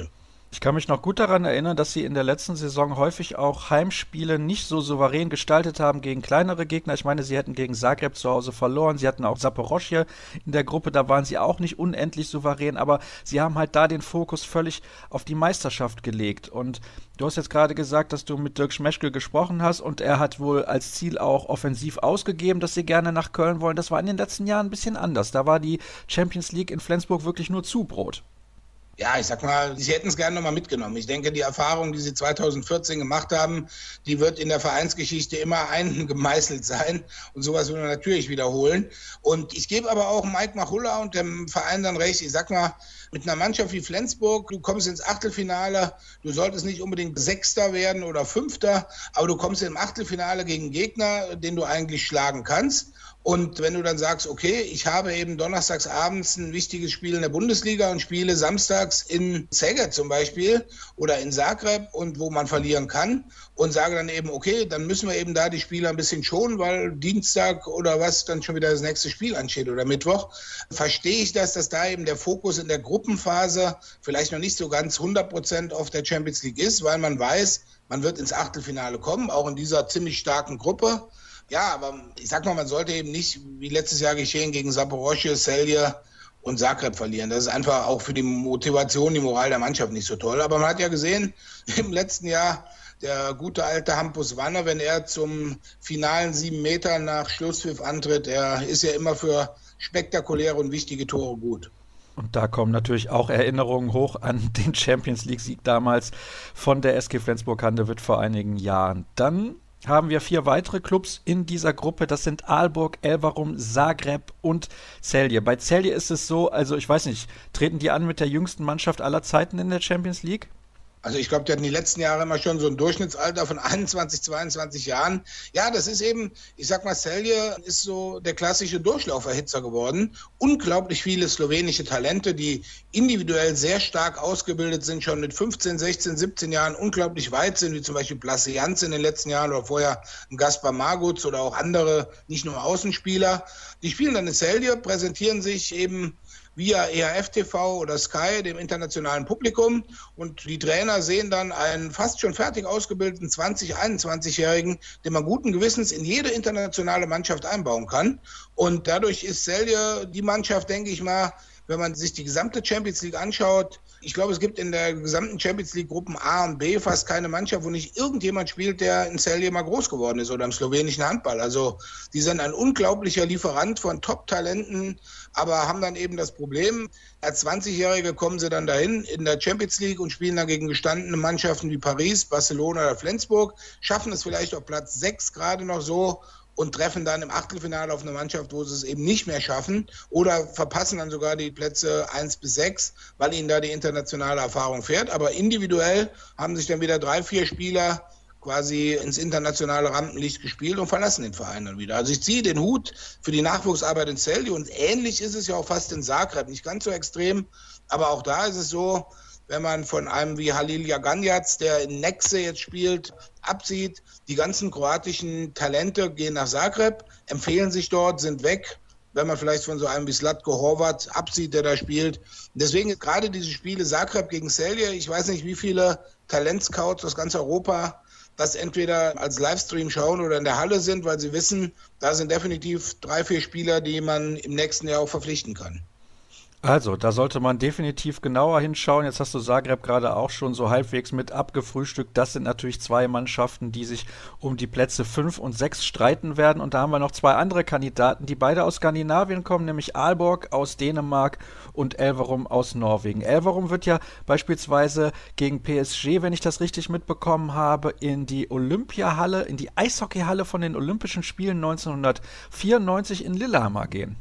A: Ich kann mich noch gut daran erinnern, dass sie in der letzten Saison häufig auch Heimspiele nicht so souverän gestaltet haben gegen kleinere Gegner. Ich meine, sie hätten gegen Zagreb zu Hause verloren. Sie hatten auch Zaporozhye in der Gruppe, da waren sie auch nicht unendlich souverän, aber sie haben halt da den Fokus völlig auf die Meisterschaft gelegt. Und du hast jetzt gerade gesagt, dass du mit Dirk Schmeschkel gesprochen hast und er hat wohl als Ziel auch offensiv ausgegeben, dass sie gerne nach Köln wollen. Das war in den letzten Jahren ein bisschen anders. Da war die Champions League in Flensburg wirklich nur Zubrot.
C: Ja, ich sag mal, sie hätten es gerne nochmal mitgenommen. Ich denke, die Erfahrung, die sie zweitausendvierzehn gemacht haben, die wird in der Vereinsgeschichte immer eingemeißelt sein. Und sowas will man natürlich wiederholen. Und ich gebe aber auch Mike Machulla und dem Verein dann recht. Ich sag mal, mit einer Mannschaft wie Flensburg, du kommst ins Achtelfinale, du solltest nicht unbedingt Sechster werden oder Fünfter, aber du kommst im Achtelfinale gegen einen Gegner, den du eigentlich schlagen kannst. Und wenn du dann sagst, okay, ich habe eben donnerstags abends ein wichtiges Spiel in der Bundesliga und spiele samstags in Zagreb zum Beispiel oder in Zagreb und wo man verlieren kann und sage dann eben, okay, dann müssen wir eben da die Spieler ein bisschen schonen, weil Dienstag oder was dann schon wieder das nächste Spiel ansteht oder Mittwoch, verstehe ich das, dass da eben der Fokus in der Gruppenphase vielleicht noch nicht so ganz hundert Prozent auf der Champions League ist, weil man weiß, man wird ins Achtelfinale kommen, auch in dieser ziemlich starken Gruppe. Ja, aber ich sag mal, man sollte eben nicht, wie letztes Jahr geschehen, gegen Zaporozhye, Celje und Zagreb verlieren. Das ist einfach auch für die Motivation, die Moral der Mannschaft nicht so toll. Aber man hat ja gesehen, im letzten Jahr, der gute alte Hampus Wanne, wenn er zum finalen sieben Meter nach Schlusspfiff antritt, er ist ja immer für spektakuläre und wichtige Tore gut.
A: Und da kommen natürlich auch Erinnerungen hoch an den Champions-League-Sieg damals von der S G Flensburg-Handewitt vor einigen Jahren. Dann haben wir vier weitere Clubs in dieser Gruppe. Das sind Aalborg, Elverum, Zagreb und Celje. Bei Celje ist es so, also ich weiß nicht, treten die an mit der jüngsten Mannschaft aller Zeiten in der Champions League?
C: Also ich glaube, die hatten die letzten Jahre immer schon so ein Durchschnittsalter von einundzwanzig, zweiundzwanzig Jahren. Ja, das ist eben, ich sag mal, Celje ist so der klassische Durchlauferhitzer geworden. Unglaublich viele slowenische Talente, die individuell sehr stark ausgebildet sind, schon mit fünfzehn, sechzehn, siebzehn Jahren unglaublich weit sind, wie zum Beispiel Blase Janz in den letzten Jahren oder vorher ein Gaspar Marguc oder auch andere, nicht nur Außenspieler. Die spielen dann in Celje, präsentieren sich eben via E H F T V oder Sky, dem internationalen Publikum. Und die Trainer sehen dann einen fast schon fertig ausgebildeten zwanzig-, einundzwanzigjährigen, den man guten Gewissens in jede internationale Mannschaft einbauen kann. Und dadurch ist Celje die Mannschaft, denke ich mal, wenn man sich die gesamte Champions League anschaut, ich glaube, es gibt in der gesamten Champions League Gruppen A und B fast keine Mannschaft, wo nicht irgendjemand spielt, der in Celje mal groß geworden ist oder im slowenischen Handball. Also die sind ein unglaublicher Lieferant von Top-Talenten, aber haben dann eben das Problem, als zwanzigjährige kommen sie dann dahin in der Champions League und spielen dann gegen gestandene Mannschaften wie Paris, Barcelona oder Flensburg, schaffen es vielleicht auf Platz sechs gerade noch so und treffen dann im Achtelfinale auf eine Mannschaft, wo sie es eben nicht mehr schaffen oder verpassen dann sogar die Plätze eins bis sechs, weil ihnen da die internationale Erfahrung fehlt. Aber individuell haben sich dann wieder drei, vier Spieler quasi ins internationale Rampenlicht gespielt und verlassen den Verein dann wieder. Also ich ziehe den Hut für die Nachwuchsarbeit in Celje und ähnlich ist es ja auch fast in Zagreb. Nicht ganz so extrem, aber auch da ist es so, wenn man von einem wie Halil Jaganjac, der in Nexe jetzt spielt, absieht, die ganzen kroatischen Talente gehen nach Zagreb, empfehlen sich dort, sind weg, wenn man vielleicht von so einem wie Zlatko Horvat absieht, der da spielt. Deswegen gerade diese Spiele Zagreb gegen Celje, ich weiß nicht, wie viele Talentscouts aus ganz Europa das entweder als Livestream schauen oder in der Halle sind, weil sie wissen, da sind definitiv drei, vier Spieler, die man im nächsten Jahr auch verpflichten kann.
A: Also, da sollte man definitiv genauer hinschauen. Jetzt hast du Zagreb gerade auch schon so halbwegs mit abgefrühstückt. Das sind natürlich zwei Mannschaften, die sich um die Plätze fünf und sechs streiten werden. Und da haben wir noch zwei andere Kandidaten, die beide aus Skandinavien kommen, nämlich Aalborg aus Dänemark und Elverum aus Norwegen. Elverum wird ja beispielsweise gegen P S G, wenn ich das richtig mitbekommen habe, in die Olympiahalle, in die Eishockeyhalle von den Olympischen Spielen neunzehnhundertvierundneunzig in Lillehammer gehen.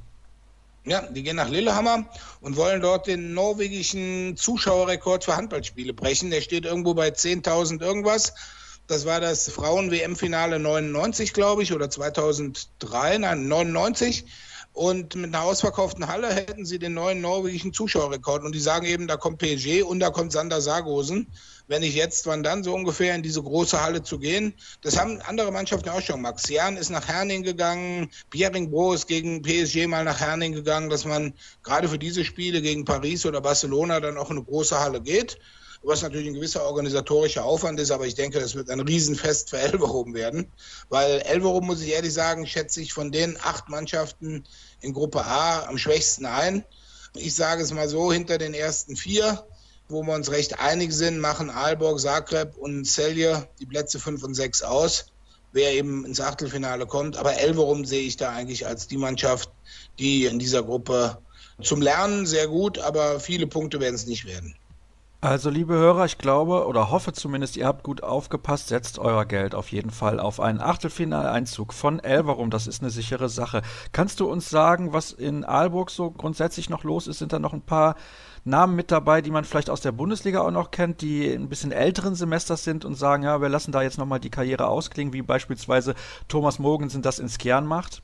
C: Ja, die gehen nach Lillehammer und wollen dort den norwegischen Zuschauerrekord für Handballspiele brechen. Der steht irgendwo bei zehntausend irgendwas. Das war das Frauen-W M-Finale neunundneunzig, glaube ich, oder zweitausenddrei, nein, neunundneunzig. Und mit einer ausverkauften Halle hätten sie den neuen norwegischen Zuschauerrekord. Und die sagen eben, da kommt P S G und da kommt Sander Sargosen. Wenn nicht jetzt, wann dann, so ungefähr in diese große Halle zu gehen. Das haben andere Mannschaften auch schon. Max Jan ist nach Herning gegangen, Bjerringbro ist gegen P S G mal nach Herning gegangen, dass man gerade für diese Spiele gegen Paris oder Barcelona dann auch in eine große Halle geht. was natürlich ein gewisser organisatorischer Aufwand ist, aber ich denke, das wird ein Riesenfest für Elverum werden, weil Elverum, muss ich ehrlich sagen, schätze ich von den acht Mannschaften in Gruppe A am schwächsten ein. Ich sage es mal so, hinter den ersten vier, wo wir uns recht einig sind, machen Aalborg, Zagreb und Celje die Plätze fünf und sechs aus, wer eben ins Achtelfinale kommt. Aber Elverum sehe ich da eigentlich als die Mannschaft, die in dieser Gruppe zum Lernen sehr gut, aber viele Punkte werden es nicht werden.
A: Also liebe Hörer, ich glaube oder hoffe zumindest, ihr habt gut aufgepasst, setzt euer Geld auf jeden Fall auf einen Achtelfinaleinzug von Elverum, das ist eine sichere Sache. Kannst du uns sagen, was in Aalborg so grundsätzlich noch los ist? Sind da noch ein paar Namen mit dabei, die man vielleicht aus der Bundesliga auch noch kennt, die ein bisschen älteren Semesters sind und sagen, ja, wir lassen da jetzt nochmal die Karriere ausklingen, wie beispielsweise Thomas Mogensen das in Skjern macht?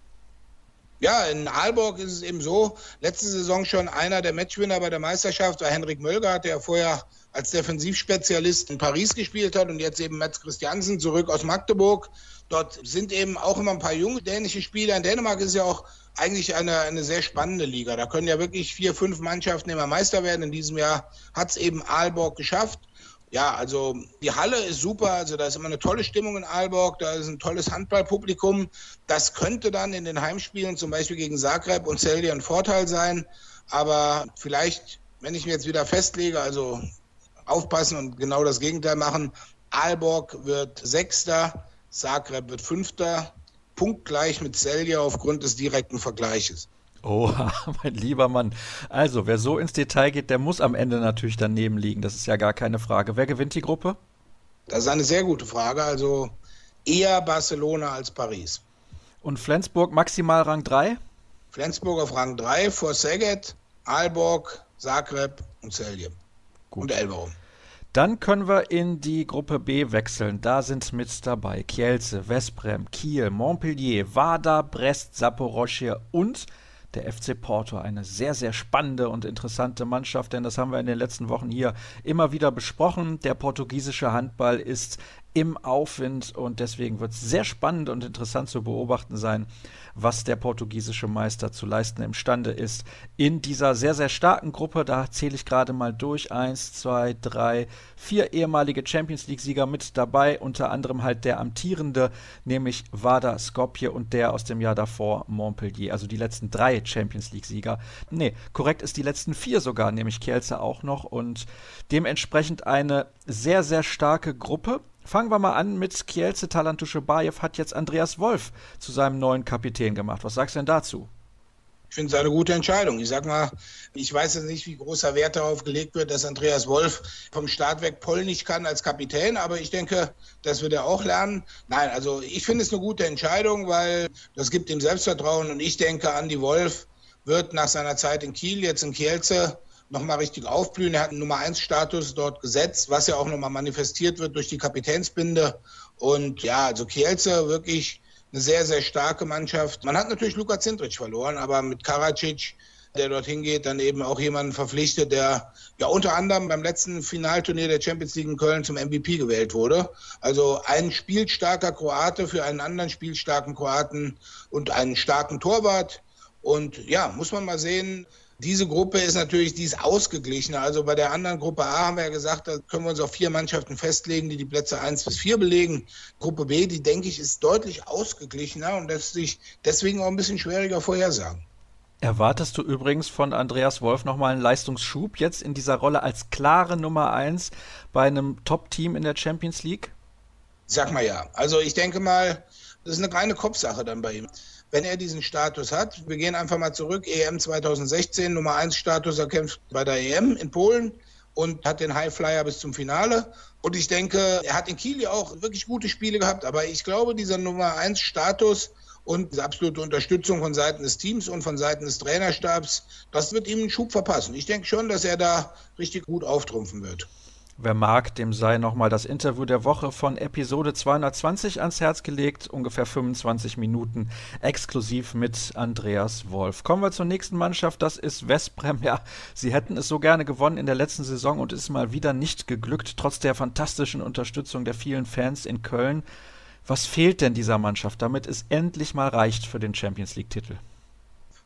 C: Ja, in Aalborg ist es eben so, letzte Saison schon einer der Matchwinner bei der Meisterschaft war Henrik Mölgaard, der vorher als Defensivspezialist in Paris gespielt hat und jetzt eben Mats Christiansen zurück aus Magdeburg. Dort sind eben auch immer ein paar junge dänische Spieler. In Dänemark ist ja auch eigentlich eine, eine sehr spannende Liga. Da können ja wirklich vier, fünf Mannschaften immer Meister werden. In diesem Jahr hat es eben Aalborg geschafft. Ja, also die Halle ist super, also da ist immer eine tolle Stimmung in Aalborg, da ist ein tolles Handballpublikum. Das könnte dann in den Heimspielen zum Beispiel gegen Zagreb und Celje ein Vorteil sein, aber vielleicht, wenn ich mir jetzt wieder festlege, also aufpassen und genau das Gegenteil machen, Aalborg wird Sechster, Zagreb wird Fünfter, punktgleich mit Celje aufgrund des direkten Vergleiches.
A: Oha, mein lieber Mann. Also, wer so ins Detail geht, der muss am Ende natürlich daneben liegen. Das ist ja gar keine Frage. Wer gewinnt die Gruppe?
C: Das ist eine sehr gute Frage. Also eher Barcelona als Paris.
A: Und Flensburg maximal Rang drei?
C: Flensburg auf Rang drei vor Szeged, Aalborg, Zagreb und Celje.
A: Gut.
C: Und Elverum.
A: Dann können wir in die Gruppe B wechseln. Da sind mit dabei Kielce, Veszprém, Kiel, Montpellier, Vardar, Brest, Zaporozhye und der F C Porto, eine sehr, sehr spannende und interessante Mannschaft, denn das haben wir in den letzten Wochen hier immer wieder besprochen. Der portugiesische Handball ist im Aufwind und deswegen wird es sehr spannend und interessant zu beobachten sein, was der portugiesische Meister zu leisten imstande ist. In dieser sehr, sehr starken Gruppe, da zähle ich gerade mal durch, eins, zwei, drei, vier ehemalige Champions-League-Sieger mit dabei, unter anderem halt der amtierende, nämlich Vardar Skopje und der aus dem Jahr davor Montpellier, also die letzten drei Champions-League-Sieger. Nee, korrekt ist die letzten vier sogar, nämlich Kielce auch noch und dementsprechend eine sehr, sehr starke Gruppe. Fangen wir mal an mit Kielce. Talant Duschebaev hat jetzt Andreas Wolf zu seinem neuen Kapitän gemacht. Was sagst du denn dazu?
C: Ich finde es eine gute Entscheidung. Ich sag mal, ich weiß jetzt nicht, wie großer Wert darauf gelegt wird, dass Andreas Wolf vom Start weg Polnisch kann als Kapitän, aber ich denke, das wird er auch lernen. Nein, also ich finde es eine gute Entscheidung, weil das gibt ihm Selbstvertrauen und ich denke, Andi Wolf wird nach seiner Zeit in Kiel, jetzt in Kielce, nochmal richtig aufblühen. Er hat einen Nummer eins Status dort gesetzt, was ja auch nochmal manifestiert wird durch die Kapitänsbinde. Und ja, also Kielce wirklich eine sehr, sehr starke Mannschaft. Man hat natürlich Luka Cindric verloren, aber mit Karadzic, der dorthin geht, dann eben auch jemanden verpflichtet, der ja unter anderem beim letzten Finalturnier der Champions League in Köln zum M V P gewählt wurde. Also ein spielstarker Kroate für einen anderen spielstarken Kroaten und einen starken Torwart. Und ja, muss man mal sehen, diese Gruppe ist natürlich, die ist ausgeglichener. Also bei der anderen Gruppe A haben wir ja gesagt, da können wir uns auf vier Mannschaften festlegen, die die Plätze eins bis vier belegen. Gruppe B, die denke ich, ist deutlich ausgeglichener und lässt sich deswegen auch ein bisschen schwieriger vorhersagen.
A: Erwartest du übrigens von Andreas Wolf nochmal einen Leistungsschub jetzt in dieser Rolle als klare Nummer eins bei einem Top-Team in der Champions League?
C: Sag mal ja. Also ich denke mal, das ist eine reine Kopfsache dann bei ihm. Wenn er diesen Status hat, wir gehen einfach mal zurück, E M zwanzig sechzehn, Nummer eins Status, er kämpft bei der E M in Polen und hat den Highflyer bis zum Finale. Und ich denke, er hat in Kiel ja auch wirklich gute Spiele gehabt, aber ich glaube, dieser Nummer eins Status und diese absolute Unterstützung von Seiten des Teams und von Seiten des Trainerstabs, das wird ihm einen Schub verpassen. Ich denke schon, dass er da richtig gut auftrumpfen wird.
A: Wer mag, dem sei nochmal das Interview der Woche von Episode zweihundertzwanzig ans Herz gelegt. Ungefähr fünfundzwanzig Minuten exklusiv mit Andreas Wolf. Kommen wir zur nächsten Mannschaft, das ist Veszprém. Ja, sie hätten es so gerne gewonnen in der letzten Saison und ist mal wieder nicht geglückt, trotz der fantastischen Unterstützung der vielen Fans in Köln. Was fehlt denn dieser Mannschaft, damit es endlich mal reicht für den Champions-League-Titel?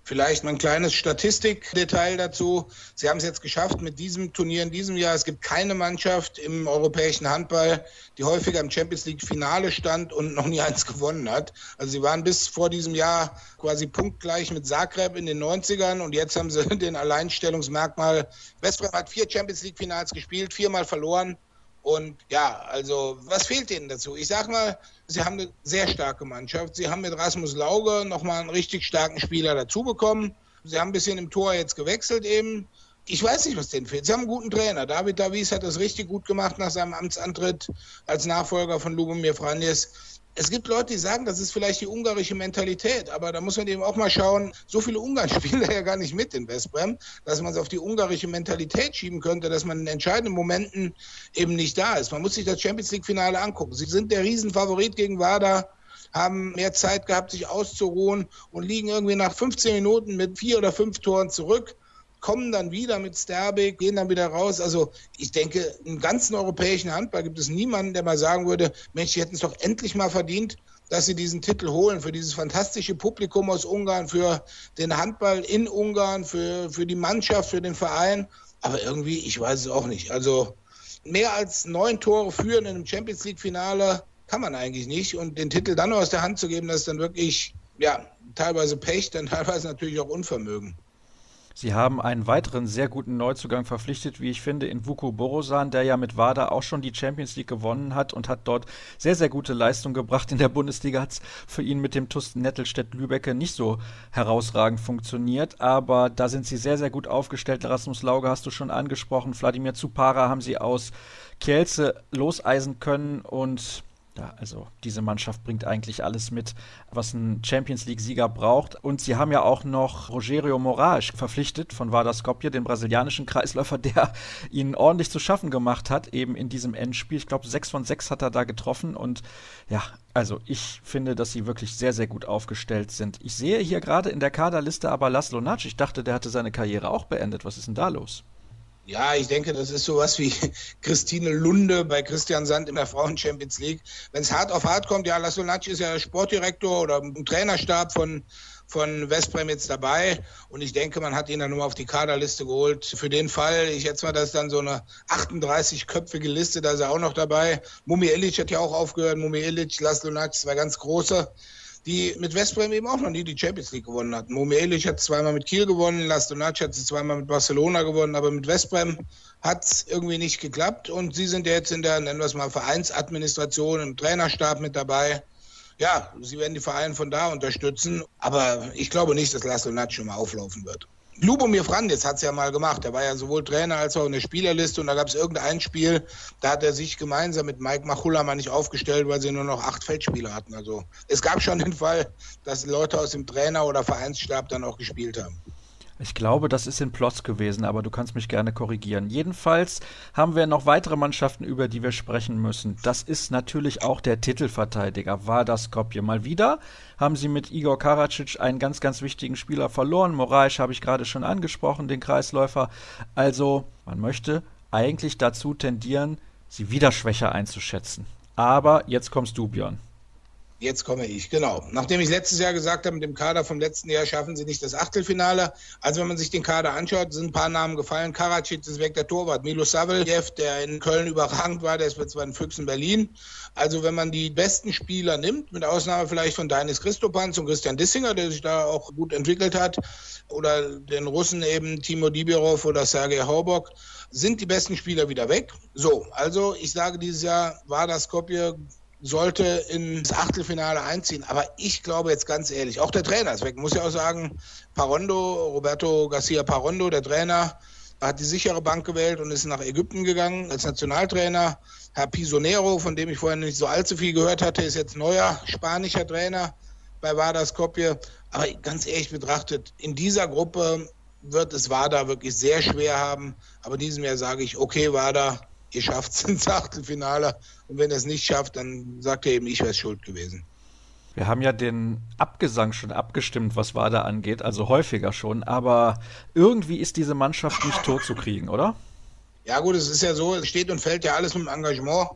C: Vielleicht mal ein kleines Statistikdetail dazu. Sie haben es jetzt geschafft mit diesem Turnier in diesem Jahr. Es gibt keine Mannschaft im europäischen Handball, die häufiger im Champions-League-Finale stand und noch nie eins gewonnen hat. Also sie waren bis vor diesem Jahr quasi punktgleich mit Zagreb in den neunzigern und jetzt haben sie den Alleinstellungsmerkmal. Westbrem hat vier Champions-League-Finals gespielt, viermal verloren. Und ja, also was fehlt denen dazu? Ich sag mal, sie haben eine sehr starke Mannschaft. Sie haben mit Rasmus Lauge nochmal einen richtig starken Spieler dazu bekommen. Sie haben ein bisschen im Tor jetzt gewechselt eben. Ich weiß nicht, was denen fehlt. Sie haben einen guten Trainer. David Davies hat das richtig gut gemacht nach seinem Amtsantritt als Nachfolger von Lubomir Vranjes. Es gibt Leute, die sagen, das ist vielleicht die ungarische Mentalität, aber da muss man eben auch mal schauen, so viele Ungarn spielen da ja gar nicht mit in Westbrem, dass man es auf die ungarische Mentalität schieben könnte, dass man in entscheidenden Momenten eben nicht da ist. Man muss sich das Champions-League-Finale angucken. Sie sind der Riesenfavorit gegen Wada, haben mehr Zeit gehabt, sich auszuruhen und liegen irgendwie nach fünfzehn Minuten mit vier oder fünf Toren zurück, kommen dann wieder mit Sterbik, gehen dann wieder raus. Also ich denke, im ganzen europäischen Handball gibt es niemanden, der mal sagen würde, Mensch, die hätten es doch endlich mal verdient, dass sie diesen Titel holen, für dieses fantastische Publikum aus Ungarn, für den Handball in Ungarn, für, für die Mannschaft, für den Verein. Aber irgendwie, ich weiß es auch nicht. Also mehr als neun Tore führen in einem Champions-League-Finale kann man eigentlich nicht. Und den Titel dann noch aus der Hand zu geben, das ist dann wirklich, ja, teilweise Pech, dann teilweise natürlich auch Unvermögen.
A: Sie haben einen weiteren sehr guten Neuzugang verpflichtet, wie ich finde, in Vuko Borosan, der ja mit Wada auch schon die Champions League gewonnen hat und hat dort sehr, sehr gute Leistung gebracht. In der Bundesliga hat es für ihn mit dem T U S Nettelstedt-Lübbecke nicht so herausragend funktioniert, aber da sind sie sehr, sehr gut aufgestellt. Rasmus Lauge hast du schon angesprochen, Wladimir Zupara haben sie aus Kielce loseisen können und ja, also diese Mannschaft bringt eigentlich alles mit, was ein Champions-League-Sieger braucht. Und sie haben ja auch noch Rogerio Moraes verpflichtet von Vardar Skopje, den brasilianischen Kreisläufer, der ihnen ordentlich zu schaffen gemacht hat, eben in diesem Endspiel. Ich glaube, sechs von sechs hat er da getroffen. Und ja, also ich finde, dass sie wirklich sehr, sehr gut aufgestellt sind. Ich sehe hier gerade in der Kaderliste aber Laszlo Nac. Ich dachte, der hatte seine Karriere auch beendet. Was ist denn da los?
C: Ja, ich denke, das ist sowas wie Christine Lunde bei Christian Sand in der Frauen-Champions League. Wenn es hart auf hart kommt, ja, Laszlo Nac ist ja Sportdirektor oder im Trainerstab von, von Westbrem jetzt dabei. Und ich denke, man hat ihn dann nur auf die Kaderliste geholt. Für den Fall, ich schätze mal, das ist dann so eine achtunddreißig-köpfige Liste, da ist er auch noch dabei. Mumi Ilic hat ja auch aufgehört. Mumi Ilic, Laszlo Nac, zwei ganz große, die mit Westbrem eben auch noch nie die Champions League gewonnen hatten. Mumi Ilic hat zweimal mit Kiel gewonnen, Laszlo Nac hat sie zweimal mit Barcelona gewonnen, aber mit Westbrem hat es irgendwie nicht geklappt und sie sind jetzt in der, nennen wir es mal, Vereinsadministration, im Trainerstab mit dabei. Ja, sie werden die Vereine von da unterstützen, aber ich glaube nicht, dass Laszlo Nac schon mal auflaufen wird. Lubomir Vranjes hat es ja mal gemacht. Er war ja sowohl Trainer als auch in der Spielerliste und da gab es irgendein Spiel, da hat er sich gemeinsam mit Mike Machula mal nicht aufgestellt, weil sie nur noch acht Feldspieler hatten. Also es gab schon den Fall, dass Leute aus dem Trainer- oder Vereinsstab dann auch gespielt haben.
A: Ich glaube, das ist in Plotzk gewesen, aber du kannst mich gerne korrigieren. Jedenfalls haben wir noch weitere Mannschaften, über die wir sprechen müssen. Das ist natürlich auch der Titelverteidiger Vardar Skopje. Mal wieder haben sie mit Igor Karadzic einen ganz, ganz wichtigen Spieler verloren. Moraes habe ich gerade schon angesprochen, den Kreisläufer. Also man möchte eigentlich dazu tendieren, sie wieder schwächer einzuschätzen. Aber jetzt kommst du, Björn.
C: Jetzt komme ich, genau. Nachdem ich letztes Jahr gesagt habe, mit dem Kader vom letzten Jahr schaffen sie nicht das Achtelfinale. Also wenn man sich den Kader anschaut, sind ein paar Namen gefallen. Karadzic ist weg, der Torwart. Milo Saveljev, der in Köln überragend war, der ist jetzt bei den Füchsen Berlin. Also wenn man die besten Spieler nimmt, mit Ausnahme vielleicht von Dainis Christopanz und Christian Dissinger, der sich da auch gut entwickelt hat, oder den Russen eben Timo Dibirov oder Sergej Haubok, sind die besten Spieler wieder weg. So, also ich sage dieses Jahr, Vardar Skopje sollte ins Achtelfinale einziehen. Aber ich glaube jetzt ganz ehrlich, auch der Trainer ist weg. Ich muss ja auch sagen, Parondo, Roberto Garcia Parondo, der Trainer, hat die sichere Bank gewählt und ist nach Ägypten gegangen als Nationaltrainer. Herr Pisonero, von dem ich vorher nicht so allzu viel gehört hatte, ist jetzt neuer spanischer Trainer bei Vardar Skopje. Aber ganz ehrlich betrachtet, in dieser Gruppe wird es Vardar wirklich sehr schwer haben. Aber in diesem Jahr sage ich, okay, Vardar, ihr schafft es ins Achtelfinale und wenn ihr es nicht schafft, dann sagt ihr eben, ich wäre schuld gewesen.
A: Wir haben ja den Abgesang schon abgestimmt, was Vardar angeht, also häufiger schon, aber irgendwie ist diese Mannschaft nicht tot zu kriegen, oder?
C: Ja gut, es ist ja so, es steht und fällt ja alles mit dem Engagement.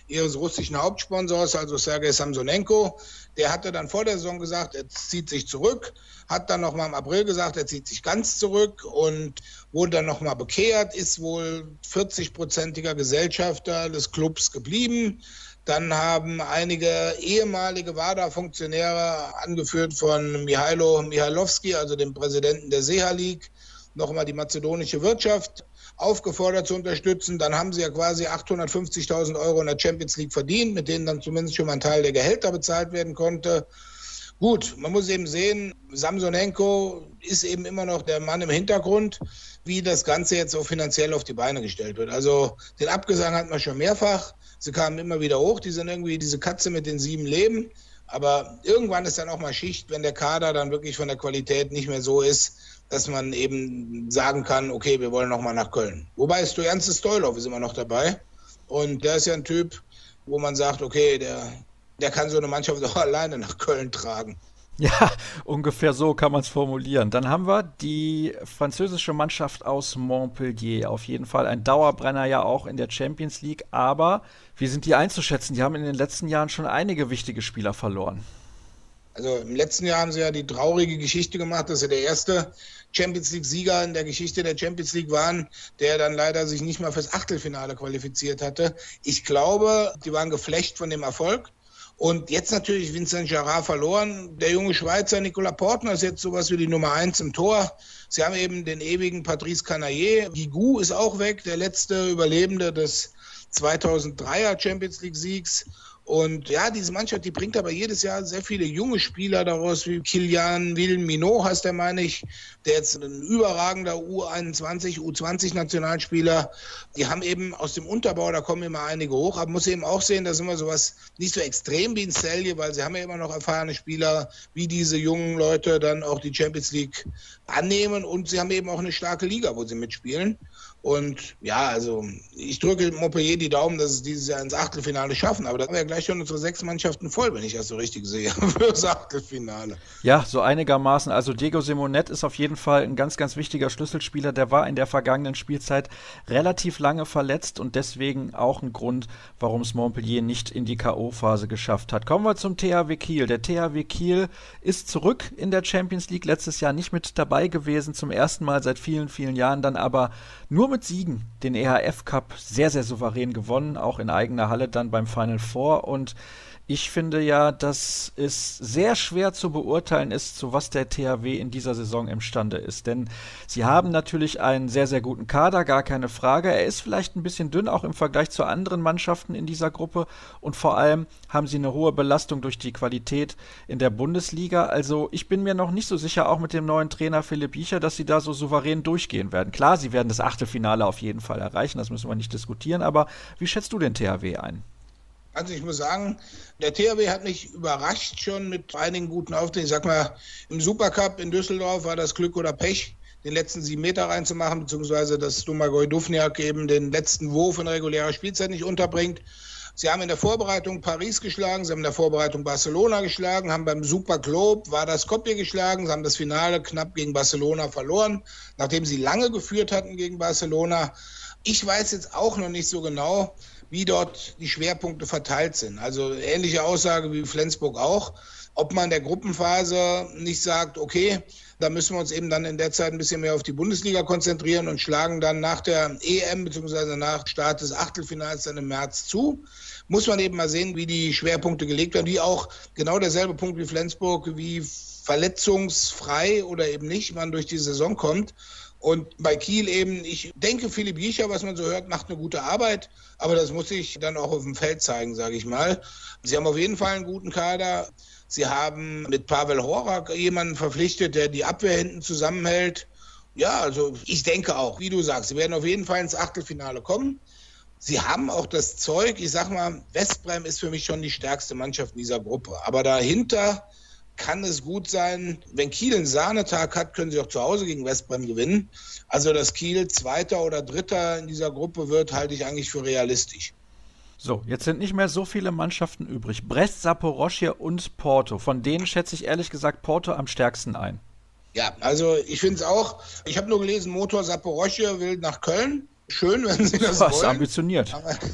C: ihres russischen Hauptsponsors, also Sergei Samsonenko. Der hatte dann vor der Saison gesagt, er zieht sich zurück, hat dann nochmal im April gesagt, er zieht sich ganz zurück und wurde dann nochmal bekehrt, ist wohl vierzig-prozentiger Gesellschafter des Clubs geblieben. Dann haben einige ehemalige WADA-Funktionäre, angeführt von Mihailo Mihailovski, also dem Präsidenten der Seha League, nochmal die mazedonische Wirtschaft aufgefordert zu unterstützen. Dann haben sie ja quasi achthundertfünfzigtausend Euro in der Champions League verdient, mit denen dann zumindest schon mal ein Teil der Gehälter bezahlt werden konnte. Gut, man muss eben sehen, Samsonenko ist eben immer noch der Mann im Hintergrund, wie das Ganze jetzt so finanziell auf die Beine gestellt wird. Also den Abgesang hatten wir schon mehrfach. Sie kamen immer wieder hoch. Die sind irgendwie diese Katze mit den sieben Leben. Aber irgendwann ist dann auch mal Schicht, wenn der Kader dann wirklich von der Qualität nicht mehr so ist, dass man eben sagen kann, okay, wir wollen nochmal nach Köln. Wobei Stojan Stoilov ist immer noch dabei. Und der ist ja ein Typ, wo man sagt, okay, der, der kann so eine Mannschaft auch alleine nach Köln tragen.
A: Ja, ungefähr so kann man es formulieren. Dann haben wir die französische Mannschaft aus Montpellier. Auf jeden Fall ein Dauerbrenner ja auch in der Champions League. Aber wie sind die einzuschätzen? Die haben in den letzten Jahren schon einige wichtige Spieler verloren.
C: Also im letzten Jahr haben sie ja die traurige Geschichte gemacht, dass sie der erste Champions League-Sieger in der Geschichte der Champions League waren, der dann leider sich nicht mal fürs Achtelfinale qualifiziert hatte. Ich glaube, die waren geflecht von dem Erfolg. Und jetzt natürlich Vincent Gerard verloren. Der junge Schweizer Nicolas Portner ist jetzt sowas wie die Nummer eins im Tor. Sie haben eben den ewigen Patrice Canaillé. Guigou ist auch weg, der letzte Überlebende des zweitausenddreier Champions League-Siegs. Und ja, diese Mannschaft, die bringt aber jedes Jahr sehr viele junge Spieler daraus, wie Kylian Villeneuve heißt der, meine ich, der jetzt ein überragender U einundzwanzig, U zwanzig Nationalspieler. Die haben eben aus dem Unterbau, da kommen immer einige hoch, aber man muss eben auch sehen, da ist immer sowas nicht so extrem wie in Celje, weil sie haben ja immer noch erfahrene Spieler, wie diese jungen Leute dann auch die Champions League annehmen und sie haben eben auch eine starke Liga, wo sie mitspielen. Und ja, also ich drücke Montpellier die Daumen, dass es dieses Jahr ins Achtelfinale schaffen. Aber da haben wir ja gleich schon unsere sechs Mannschaften voll, wenn ich das so richtig sehe, für das Achtelfinale.
A: Ja, so einigermaßen. Also Diego Simonet ist auf jeden Fall ein ganz, ganz wichtiger Schlüsselspieler. Der war in der vergangenen Spielzeit relativ lange verletzt und deswegen auch ein Grund, warum es Montpellier nicht in die K O-Phase geschafft hat. Kommen wir zum T H W Kiel. Der T H W Kiel ist zurück in der Champions League, letztes Jahr nicht mit dabei gewesen, zum ersten Mal seit vielen, vielen Jahren, dann aber nur mit Siegen den E H F Cup sehr, sehr souverän gewonnen, auch in eigener Halle dann beim Final Four. Und ich finde ja, dass es sehr schwer zu beurteilen ist, zu was der T H W in dieser Saison imstande ist. Denn sie haben natürlich einen sehr, sehr guten Kader, gar keine Frage. Er ist vielleicht ein bisschen dünn, auch im Vergleich zu anderen Mannschaften in dieser Gruppe. Und vor allem haben sie eine hohe Belastung durch die Qualität in der Bundesliga. Also ich bin mir noch nicht so sicher, auch mit dem neuen Trainer Philipp Biecher, dass sie da so souverän durchgehen werden. Klar, sie werden das Achtelfinale auf jeden Fall erreichen, das müssen wir nicht diskutieren. Aber wie schätzt du den T H W ein?
C: Also ich muss sagen, der T H W hat mich überrascht schon mit einigen guten Auftritten. Ich sag mal, im Supercup in Düsseldorf war das Glück oder Pech, den letzten sieben Meter reinzumachen, beziehungsweise dass Domagoj Duvnjak eben den letzten Wurf in regulärer Spielzeit nicht unterbringt. Sie haben in der Vorbereitung Paris geschlagen, sie haben in der Vorbereitung Barcelona geschlagen, haben beim Superclub WADA Skopje geschlagen, sie haben das Finale knapp gegen Barcelona verloren, nachdem sie lange geführt hatten gegen Barcelona. Ich weiß jetzt auch noch nicht so genau, wie dort die Schwerpunkte verteilt sind. Also ähnliche Aussage wie Flensburg auch. Ob man in der Gruppenphase nicht sagt, okay, da müssen wir uns eben dann in der Zeit ein bisschen mehr auf die Bundesliga konzentrieren und schlagen dann nach der E M bzw. nach Start des Achtelfinals dann im März zu. Muss man eben mal sehen, wie die Schwerpunkte gelegt werden, wie auch genau derselbe Punkt wie Flensburg, wie verletzungsfrei oder eben nicht man durch die Saison kommt. Und bei Kiel eben, ich denke, Philipp Biecher, was man so hört, macht eine gute Arbeit, aber das muss sich dann auch auf dem Feld zeigen, sage ich mal. Sie haben auf jeden Fall einen guten Kader. Sie haben mit Pavel Horak jemanden verpflichtet, der die Abwehr hinten zusammenhält. Ja, also ich denke auch, wie du sagst, sie werden auf jeden Fall ins Achtelfinale kommen. Sie haben auch das Zeug, ich sag mal, Westbrem ist für mich schon die stärkste Mannschaft in dieser Gruppe, aber dahinter kann es gut sein, wenn Kiel einen Sahnetag hat, können sie auch zu Hause gegen Westbrem gewinnen. Also, dass Kiel Zweiter oder Dritter in dieser Gruppe wird, halte ich eigentlich für realistisch.
A: So, jetzt sind nicht mehr so viele Mannschaften übrig. Brest, Saporoschje und Porto. Von denen schätze ich ehrlich gesagt Porto am stärksten ein.
C: Ja, also ich finde es auch. Ich habe nur gelesen, Motor Saporoschje will nach Köln. Schön, wenn sie das
A: Was,
C: wollen.
A: ambitioniert.
C: Aber,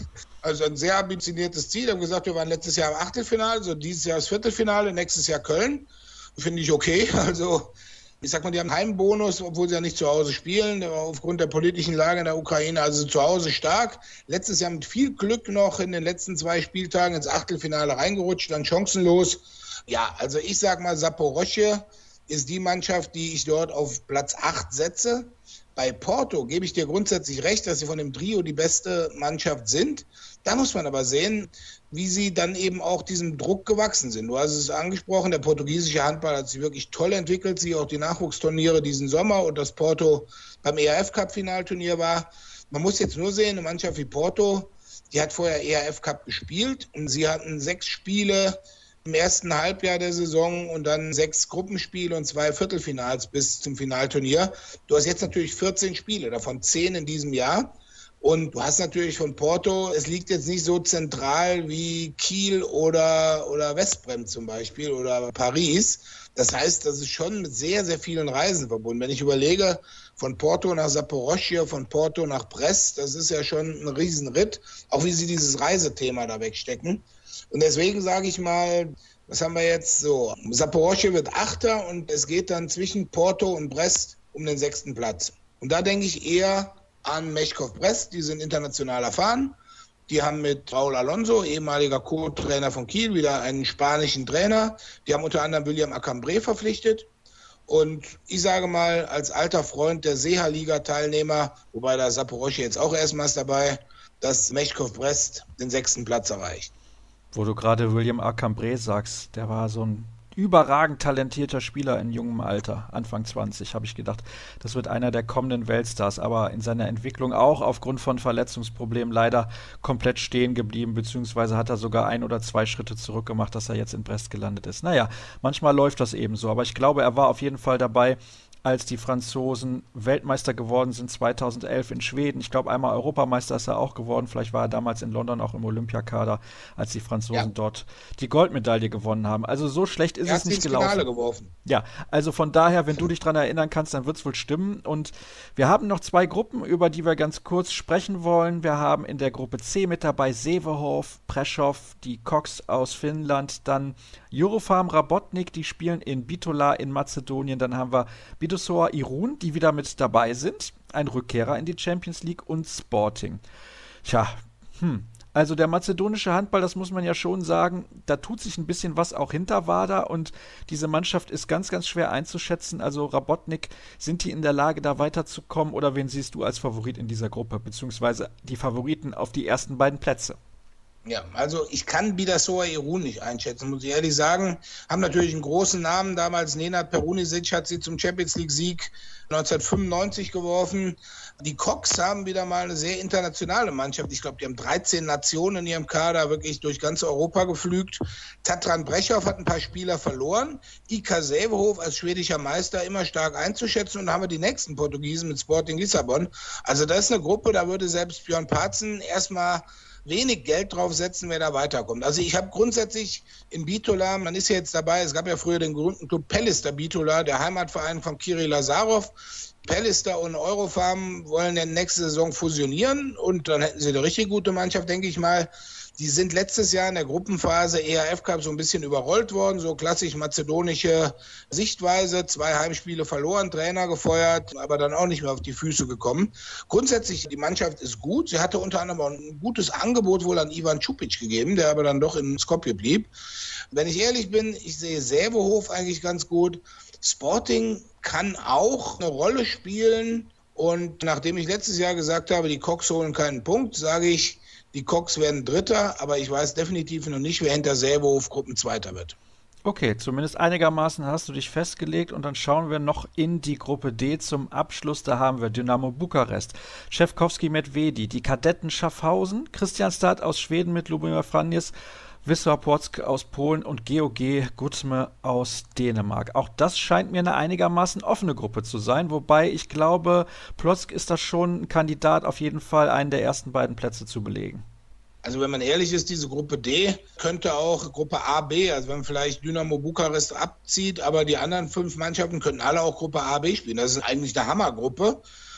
C: Also ein sehr ambitioniertes Ziel. Wir haben gesagt, wir waren letztes Jahr im Achtelfinale, so dieses Jahr das Viertelfinale, nächstes Jahr Köln. Finde ich okay. Also ich sag mal, die haben einen Heimbonus, obwohl sie ja nicht zu Hause spielen, aufgrund der politischen Lage in der Ukraine, also zu Hause stark. Letztes Jahr mit viel Glück noch in den letzten zwei Spieltagen ins Achtelfinale reingerutscht, dann chancenlos. Ja, also ich sag mal, Saporoschje ist die Mannschaft, die ich dort auf Platz acht setze. Bei Porto gebe ich dir grundsätzlich recht, dass sie von dem Trio die beste Mannschaft sind. Da muss man aber sehen, wie sie dann eben auch diesem Druck gewachsen sind. Du hast es angesprochen, der portugiesische Handball hat sich wirklich toll entwickelt. Sie auch die Nachwuchsturniere diesen Sommer und das Porto beim E R F-Cup-Finalturnier war. Man muss jetzt nur sehen, eine Mannschaft wie Porto, die hat vorher E R F-Cup gespielt und sie hatten sechs Spiele im ersten Halbjahr der Saison und dann sechs Gruppenspiele und zwei Viertelfinals bis zum Finalturnier. Du hast jetzt natürlich vierzehn Spiele, davon zehn in diesem Jahr. Und du hast natürlich von Porto, es liegt jetzt nicht so zentral wie Kiel oder, oder Westbrem zum Beispiel oder Paris. Das heißt, das ist schon mit sehr, sehr vielen Reisen verbunden. Wenn ich überlege, von Porto nach Saporoschje, von Porto nach Brest, das ist ja schon ein Riesenritt, auch wie sie dieses Reisethema da wegstecken. Und deswegen sage ich mal, was haben wir jetzt so? Saporoschje wird Achter und es geht dann zwischen Porto und Brest um den sechsten Platz. Und da denke ich eher an Meshkov Brest, die sind international erfahren. Die haben mit Raúl Alonso, ehemaliger Co-Trainer von Kiel, wieder einen spanischen Trainer. Die haben unter anderem William Acambré verpflichtet. Und ich sage mal, als alter Freund der Seha-Liga-Teilnehmer, wobei da Saporoschje jetzt auch erstmals dabei, dass Meshkov Brest den sechsten Platz erreicht.
A: Wo du gerade William Acambré sagst, der war so ein überragend talentierter Spieler in jungem Alter, Anfang zwanzig, habe ich gedacht. Das wird einer der kommenden Weltstars, aber in seiner Entwicklung auch aufgrund von Verletzungsproblemen leider komplett stehen geblieben, beziehungsweise hat er sogar ein oder zwei Schritte zurück gemacht, dass er jetzt in Brest gelandet ist. Naja, manchmal läuft das eben so, aber ich glaube, er war auf jeden Fall dabei, als die Franzosen Weltmeister geworden sind zweitausendelf in Schweden. Ich glaube, einmal Europameister ist er auch geworden. Vielleicht war er damals in London auch im Olympiakader, als die Franzosen ja. dort die Goldmedaille gewonnen haben. Also so schlecht ist er es nicht gelaufen.
C: Finale geworfen.
A: Ja, also von daher, wenn du dich daran erinnern kannst, dann wird es wohl stimmen. Und wir haben noch zwei Gruppen, über die wir ganz kurz sprechen wollen. Wir haben in der Gruppe C mit dabei Sävehof, Prešov, die Cox aus Finnland, dann Eurofarm Rabotnik, die spielen in Bitola in Mazedonien. Dann haben wir Bidosor Irun, die wieder mit dabei sind. Ein Rückkehrer in die Champions League und Sporting. Tja, hm. Also der mazedonische Handball, das muss man ja schon sagen, da tut sich ein bisschen was auch hinter Wada und diese Mannschaft ist ganz, ganz schwer einzuschätzen. Also Rabotnik, sind die in der Lage, da weiterzukommen oder wen siehst du als Favorit in dieser Gruppe, beziehungsweise die Favoriten auf die ersten beiden Plätze?
C: Ja, also ich kann Bidasor Irun nicht einschätzen, muss ich ehrlich sagen. Haben natürlich einen großen Namen. Damals Nenad Perunisic hat sie zum Champions League-Sieg neunzehnhundertfünfundneunzig geworfen. Die Cox haben wieder mal eine sehr internationale Mannschaft. Ich glaube, die haben dreizehn Nationen in ihrem Kader, wirklich durch ganz Europa geflügt. Tatran Prešov hat ein paar Spieler verloren. I K Sävehof als schwedischer Meister immer stark einzuschätzen. Und dann haben wir die nächsten Portugiesen mit Sporting Lissabon. Also das ist eine Gruppe, da würde selbst Björn Parzen erstmal wenig Geld draufsetzen, wer da weiterkommt. Also ich habe grundsätzlich in Bitola, man ist ja jetzt dabei, es gab ja früher den berühmten Club Pelister Bitola, der Heimatverein von Kirill Lazarov. Pelister und Eurofarm wollen ja nächste Saison fusionieren und dann hätten sie eine richtig gute Mannschaft, denke ich mal. Die sind letztes Jahr in der Gruppenphase E R F-Cup so ein bisschen überrollt worden, so klassisch mazedonische Sichtweise, zwei Heimspiele verloren, Trainer gefeuert, aber dann auch nicht mehr auf die Füße gekommen. Grundsätzlich, die Mannschaft ist gut. Sie hatte unter anderem auch ein gutes Angebot wohl an Ivan Čupić gegeben, der aber dann doch in Skopje blieb. Wenn ich ehrlich bin, ich sehe Sävehof eigentlich ganz gut. Sporting kann auch eine Rolle spielen und nachdem ich letztes Jahr gesagt habe, die Cox holen keinen Punkt, sage ich, die Cox werden Dritter, aber ich weiß definitiv noch nicht, wer hinter Sävehof Gruppenzweiter wird.
A: Okay, zumindest einigermaßen hast du dich festgelegt und dann schauen wir noch in die Gruppe D zum Abschluss. Da haben wir Dynamo Bukarest, Šefčovič Medvedi, die Kadetten Schaffhausen, Kristianstad aus Schweden mit Lubomir Franjes, Wisła Płock aus Polen und G O G Gutme aus Dänemark. Auch das scheint mir eine einigermaßen offene Gruppe zu sein, wobei ich glaube, Płock ist da schon ein Kandidat, auf jeden Fall einen der ersten beiden Plätze zu belegen.
C: Also wenn man ehrlich ist, diese Gruppe D könnte auch Gruppe A, B, also wenn man vielleicht Dynamo Bukarest abzieht, aber die anderen fünf Mannschaften könnten alle auch Gruppe A, B spielen. Das ist eigentlich eine Hammergruppe,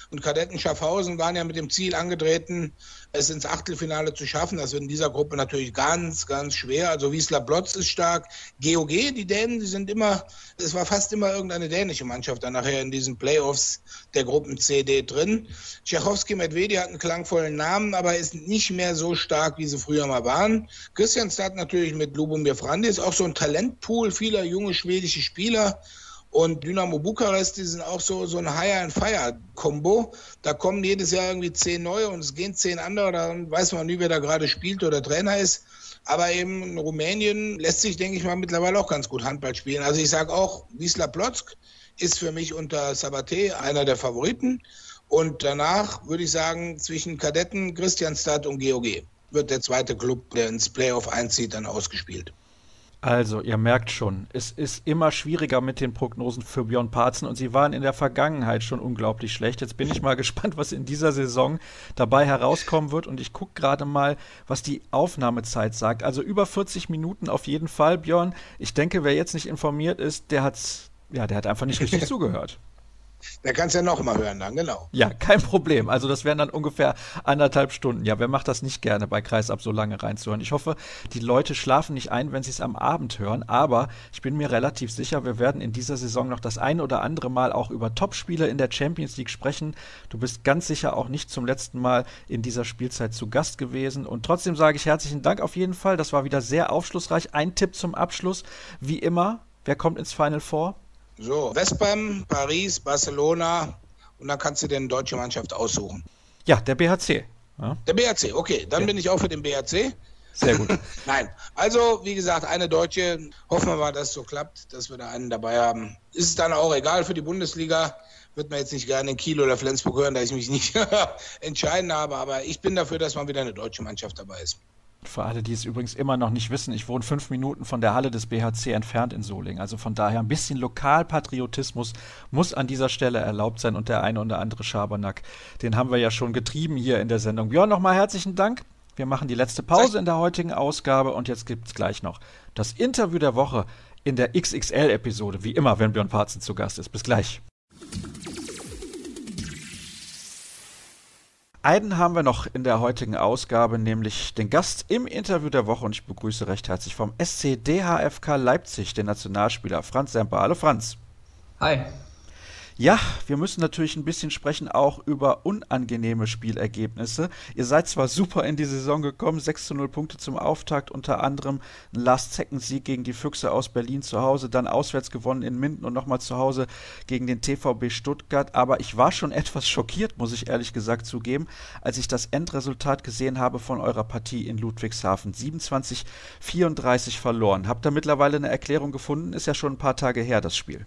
C: und Kadetten Schaffhausen waren ja mit dem Ziel angetreten, es ins Achtelfinale zu schaffen. Das wird in dieser Gruppe natürlich ganz, ganz schwer. Also Wisla Plock ist stark. G O G, die Dänen, die sind immer, es war fast immer irgendeine dänische Mannschaft dann nachher in diesen Playoffs der Gruppen C D drin. Tschechowski Medvedi hat einen klangvollen Namen, aber ist nicht mehr so stark, wie sie früher mal waren. Kristianstad natürlich mit Lubomir Frandi ist auch so ein Talentpool vieler junge schwedische Spieler. Und Dynamo Bukarest, die sind auch so, so ein Hire-and-Fire-Kombo. Da kommen jedes Jahr irgendwie zehn neue und es gehen zehn andere. Dann weiß man nie, wer da gerade spielt oder Trainer ist. Aber eben in Rumänien lässt sich, denke ich mal, mittlerweile auch ganz gut Handball spielen. Also ich sage auch, Wisla Plock ist für mich unter Sabate einer der Favoriten. Und danach würde ich sagen, zwischen Kadetten, Kristianstad und G O G wird der zweite Club, der ins Playoff einzieht, dann ausgespielt.
A: Also, ihr merkt schon, es ist immer schwieriger mit den Prognosen für Björn Parzen und sie waren in der Vergangenheit schon unglaublich schlecht. Jetzt bin ich mal gespannt, was in dieser Saison dabei herauskommen wird und ich gucke gerade mal, was die Aufnahmezeit sagt. Also über vierzig Minuten auf jeden Fall, Björn. Ich denke, wer jetzt nicht informiert ist, der hat's, ja, der hat einfach nicht richtig zugehört.
C: Da kannst du ja noch mal hören dann, genau.
A: Ja, kein Problem. Also das wären dann ungefähr anderthalb Stunden. Ja, wer macht das nicht gerne, bei Kreisab so lange reinzuhören? Ich hoffe, die Leute schlafen nicht ein, wenn sie es am Abend hören. Aber ich bin mir relativ sicher, wir werden in dieser Saison noch das ein oder andere Mal auch über Topspiele in der Champions League sprechen. Du bist ganz sicher auch nicht zum letzten Mal in dieser Spielzeit zu Gast gewesen. Und trotzdem sage ich herzlichen Dank auf jeden Fall. Das war wieder sehr aufschlussreich. Ein Tipp zum Abschluss. Wie immer, wer kommt ins Final Four?
C: So, Westbam, Paris, Barcelona und dann kannst du dir eine deutsche Mannschaft aussuchen.
A: Ja, der B H C. Ja.
C: Der B H C, okay, dann ja. bin ich auch für den B H C.
A: Sehr gut.
C: Nein, also wie gesagt, eine deutsche, hoffen wir mal, dass es so klappt, dass wir da einen dabei haben. Ist es dann auch egal für die Bundesliga, wird man jetzt nicht gerne in Kiel oder Flensburg hören, da ich mich nicht entscheiden habe, aber ich bin dafür, dass mal wieder eine deutsche Mannschaft dabei ist.
A: Für alle, die es übrigens immer noch nicht wissen, ich wohne fünf Minuten von der Halle des B H C entfernt in Solingen. Also von daher ein bisschen Lokalpatriotismus muss an dieser Stelle erlaubt sein und der eine oder andere Schabernack, den haben wir ja schon getrieben hier in der Sendung. Björn, nochmal herzlichen Dank. Wir machen die letzte Pause in der heutigen Ausgabe und jetzt gibt es gleich noch das Interview der Woche in der X X L-Episode, wie immer, wenn Björn Parzen zu Gast ist. Bis gleich. Einen haben wir noch in der heutigen Ausgabe, nämlich den Gast im Interview der Woche und ich begrüße recht herzlich vom S C D H F K Leipzig, den Nationalspieler Franz Semper. Hallo Franz.
D: Hi.
A: Ja, wir müssen natürlich ein bisschen sprechen auch über unangenehme Spielergebnisse. Ihr seid zwar super in die Saison gekommen, sechs zu null Punkte zum Auftakt, unter anderem ein Last-Second-Sieg gegen die Füchse aus Berlin zu Hause, dann auswärts gewonnen in Minden und nochmal zu Hause gegen den T V B Stuttgart. Aber ich war schon etwas schockiert, muss ich ehrlich gesagt zugeben, als ich das Endresultat gesehen habe von eurer Partie in Ludwigshafen. siebenundzwanzig vierunddreißig verloren. Habt ihr mittlerweile eine Erklärung gefunden? Ist ja schon ein paar Tage her, das Spiel.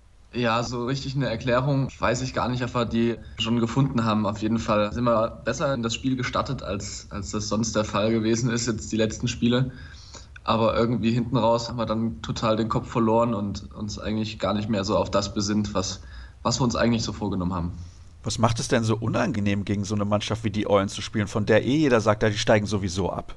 D: Ja, so richtig eine Erklärung weiß ich gar nicht, ob wir die schon gefunden haben. Auf jeden Fall sind wir besser in das Spiel gestartet, als, als das sonst der Fall gewesen ist, jetzt die letzten Spiele. Aber irgendwie hinten raus haben wir dann total den Kopf verloren und uns eigentlich gar nicht mehr so auf das besinnt, was, was wir uns eigentlich so vorgenommen haben.
A: Was macht es denn so unangenehm, gegen so eine Mannschaft wie die Eulen zu spielen, von der eh jeder sagt, ja, die steigen sowieso ab?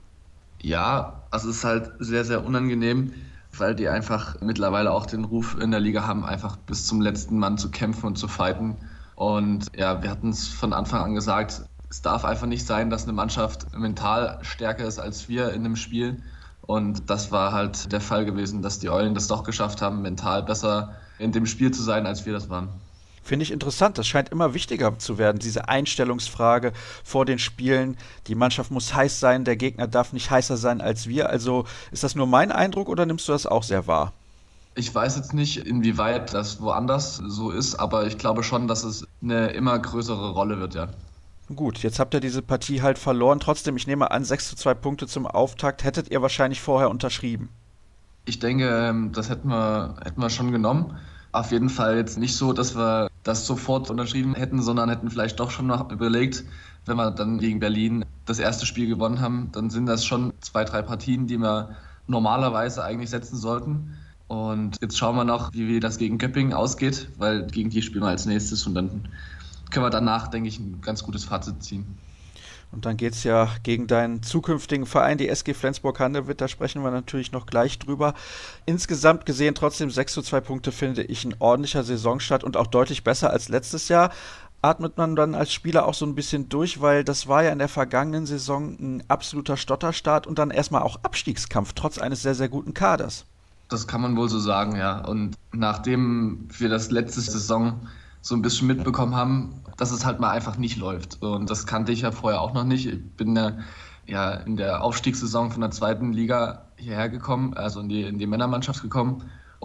D: Ja, also es ist halt sehr, sehr unangenehm, weil die einfach mittlerweile auch den Ruf in der Liga haben, einfach bis zum letzten Mann zu kämpfen und zu fighten. Und ja, wir hatten es von Anfang an gesagt, es darf einfach nicht sein, dass eine Mannschaft mental stärker ist als wir in einem Spiel. Und das war halt der Fall gewesen, dass die Eulen das doch geschafft haben, mental besser in dem Spiel zu sein, als wir das waren.
A: Finde ich interessant. Das scheint immer wichtiger zu werden, diese Einstellungsfrage vor den Spielen. Die Mannschaft muss heiß sein, der Gegner darf nicht heißer sein als wir. Also ist das nur mein Eindruck oder nimmst du das auch sehr wahr?
D: Ich weiß jetzt nicht, inwieweit das woanders so ist, aber ich glaube schon, dass es eine immer größere Rolle wird, ja.
A: Gut, jetzt habt ihr diese Partie halt verloren. Trotzdem, ich nehme an, sechs zu zwei Punkte zum Auftakt. Hättet ihr wahrscheinlich vorher unterschrieben?
D: Ich denke, das hätten wir, hätten wir schon genommen. Auf jeden Fall jetzt nicht so, dass wir das sofort unterschrieben hätten, sondern hätten vielleicht doch schon noch überlegt, wenn wir dann gegen Berlin das erste Spiel gewonnen haben, dann sind das schon zwei, drei Partien, die wir normalerweise eigentlich setzen sollten. Und jetzt schauen wir noch, wie das gegen Göppingen ausgeht, weil gegen die spielen wir als nächstes und dann können wir danach, denke ich, ein ganz gutes Fazit ziehen.
A: Und dann geht es ja gegen deinen zukünftigen Verein, die S G Flensburg-Handewitt, da sprechen wir natürlich noch gleich drüber. Insgesamt gesehen trotzdem sechs zu zwei Punkte, finde ich, ein ordentlicher Saisonstart und auch deutlich besser als letztes Jahr. atmet man dann als Spieler auch so ein bisschen durch, weil das war ja in der vergangenen Saison ein absoluter Stotterstart und dann erstmal auch Abstiegskampf, trotz eines sehr, sehr guten Kaders.
D: Das kann man wohl so sagen, ja. Und nachdem wir das letzte Saison so ein bisschen mitbekommen haben, dass es halt mal einfach nicht läuft. Und das kannte ich ja vorher auch noch nicht. Ich bin ja, ja in der Aufstiegssaison von der zweiten Liga hierher gekommen, also in die, in die Männermannschaft gekommen.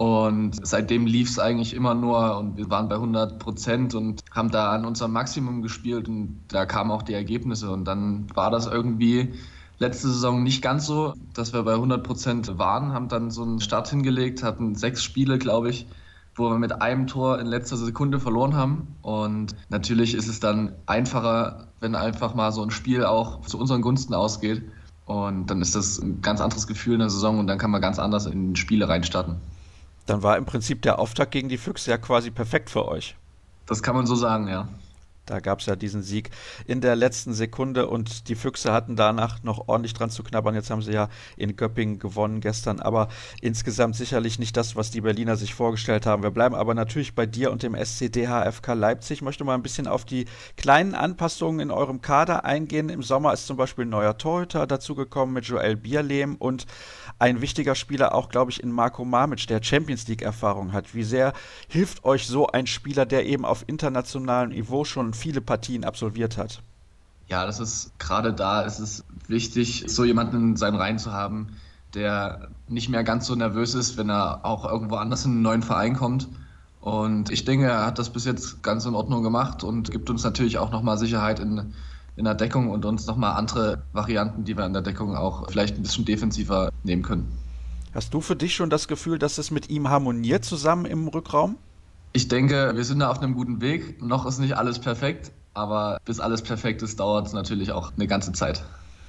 D: Und seitdem lief es eigentlich immer nur und wir waren bei hundert Prozent und haben da an unserem Maximum gespielt und da kamen auch die Ergebnisse. Und dann war das irgendwie letzte Saison nicht ganz so, dass wir bei hundert Prozent waren, haben dann so einen Start hingelegt, hatten sechs Spiele, glaube ich, wo wir mit einem Tor in letzter Sekunde verloren haben. Und natürlich ist es dann einfacher, wenn einfach mal so ein Spiel auch zu unseren Gunsten ausgeht. Und dann ist das ein ganz anderes Gefühl in der Saison und dann kann man ganz anders in Spiele reinstarten.
A: Dann war im Prinzip der Auftakt gegen die Füchse ja quasi perfekt für euch.
D: Das kann man so sagen, ja.
A: Da gab es ja diesen Sieg in der letzten Sekunde und die Füchse hatten danach noch ordentlich dran zu knabbern. Jetzt haben sie ja in Göppingen gewonnen gestern, aber insgesamt sicherlich nicht das, was die Berliner sich vorgestellt haben. Wir bleiben aber natürlich bei dir und dem S C D H F K Leipzig. Ich möchte mal ein bisschen auf die kleinen Anpassungen in eurem Kader eingehen. Im Sommer ist zum Beispiel ein neuer Torhüter dazugekommen mit Joel Bierlehm und ein wichtiger Spieler auch, glaube ich, in Marco Mamic, der Champions League-Erfahrung hat. Wie sehr hilft euch so ein Spieler, der eben auf internationalem Niveau schon viele Partien absolviert hat?
D: Ja, das ist gerade da, ist es wichtig, so jemanden in seinen Reihen zu haben, der nicht mehr ganz so nervös ist, wenn er auch irgendwo anders in einen neuen Verein kommt. Und ich denke, er hat das bis jetzt ganz in Ordnung gemacht und gibt uns natürlich auch nochmal Sicherheit in, in der Deckung und uns nochmal andere Varianten, die wir in der Deckung auch vielleicht ein bisschen defensiver nehmen können.
A: Hast du für dich schon das Gefühl, dass es mit ihm harmoniert zusammen im Rückraum?
D: Ich denke, wir sind da auf einem guten Weg. Noch ist nicht alles perfekt, aber bis alles perfekt ist, dauert es natürlich auch eine ganze Zeit.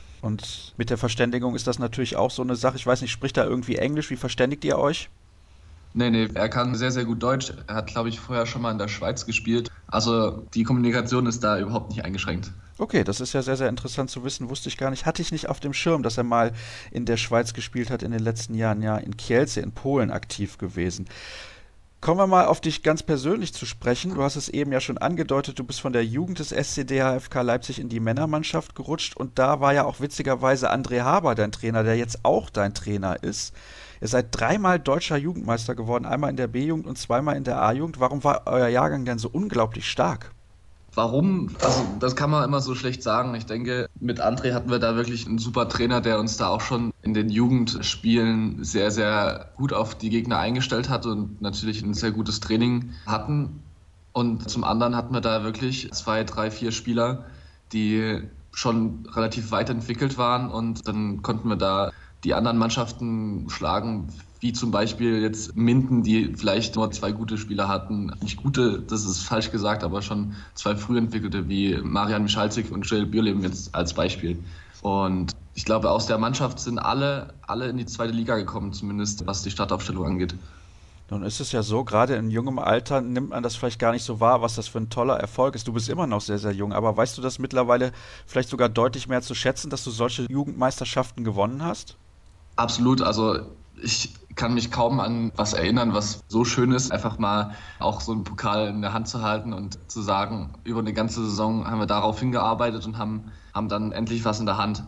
A: Und mit der Verständigung ist das natürlich auch so eine Sache. Ich weiß nicht, spricht er irgendwie Englisch? Wie verständigt ihr euch?
D: Nee, nee, er kann sehr, sehr gut Deutsch. Er hat, glaube ich, vorher schon mal in der Schweiz gespielt. Also die Kommunikation ist da überhaupt nicht eingeschränkt.
A: Okay, das ist ja sehr, sehr interessant zu wissen. Wusste ich gar nicht. Hatte ich nicht auf dem Schirm, dass er mal in der Schweiz gespielt hat in den letzten Jahren. Ja, in Kielce, in Polen aktiv gewesen. Kommen wir mal auf dich ganz persönlich zu sprechen. Du hast es eben ja schon angedeutet, du bist von der Jugend des S C D H F K Leipzig in die Männermannschaft gerutscht und da war ja auch witzigerweise André Haber dein Trainer, der jetzt auch dein Trainer ist. Ihr seid dreimal deutscher Jugendmeister geworden, einmal in der B-Jugend und zweimal in der A-Jugend. Warum war euer Jahrgang denn so unglaublich stark?
D: Warum? Also das kann man immer so schlecht sagen. Ich denke, mit André hatten wir da wirklich einen super Trainer, der uns da auch schon in den Jugendspielen sehr, sehr gut auf die Gegner eingestellt hat und natürlich ein sehr gutes Training hatten. Und zum anderen hatten wir da wirklich zwei, drei, vier Spieler, die schon relativ weit entwickelt waren und dann konnten wir da die anderen Mannschaften schlagen, wie zum Beispiel jetzt Minden, die vielleicht nur zwei gute Spieler hatten. Nicht gute, das ist falsch gesagt, aber schon zwei früh entwickelte, wie Marian Michalczyk und Joel Bierlehm jetzt als Beispiel. Und ich glaube, aus der Mannschaft sind alle, alle in die zweite Liga gekommen, zumindest was die Startaufstellung angeht.
A: Nun ist es ja so, gerade in jungem Alter nimmt man das vielleicht gar nicht so wahr, was das für ein toller Erfolg ist. Du bist immer noch sehr, sehr jung, aber weißt du das mittlerweile vielleicht sogar deutlich mehr zu schätzen, dass du solche Jugendmeisterschaften gewonnen hast?
D: Absolut, also ich kann mich kaum an was erinnern, was so schön ist, einfach mal auch so einen Pokal in der Hand zu halten und zu sagen, über eine ganze Saison haben wir darauf hingearbeitet und haben, haben dann endlich was in der Hand.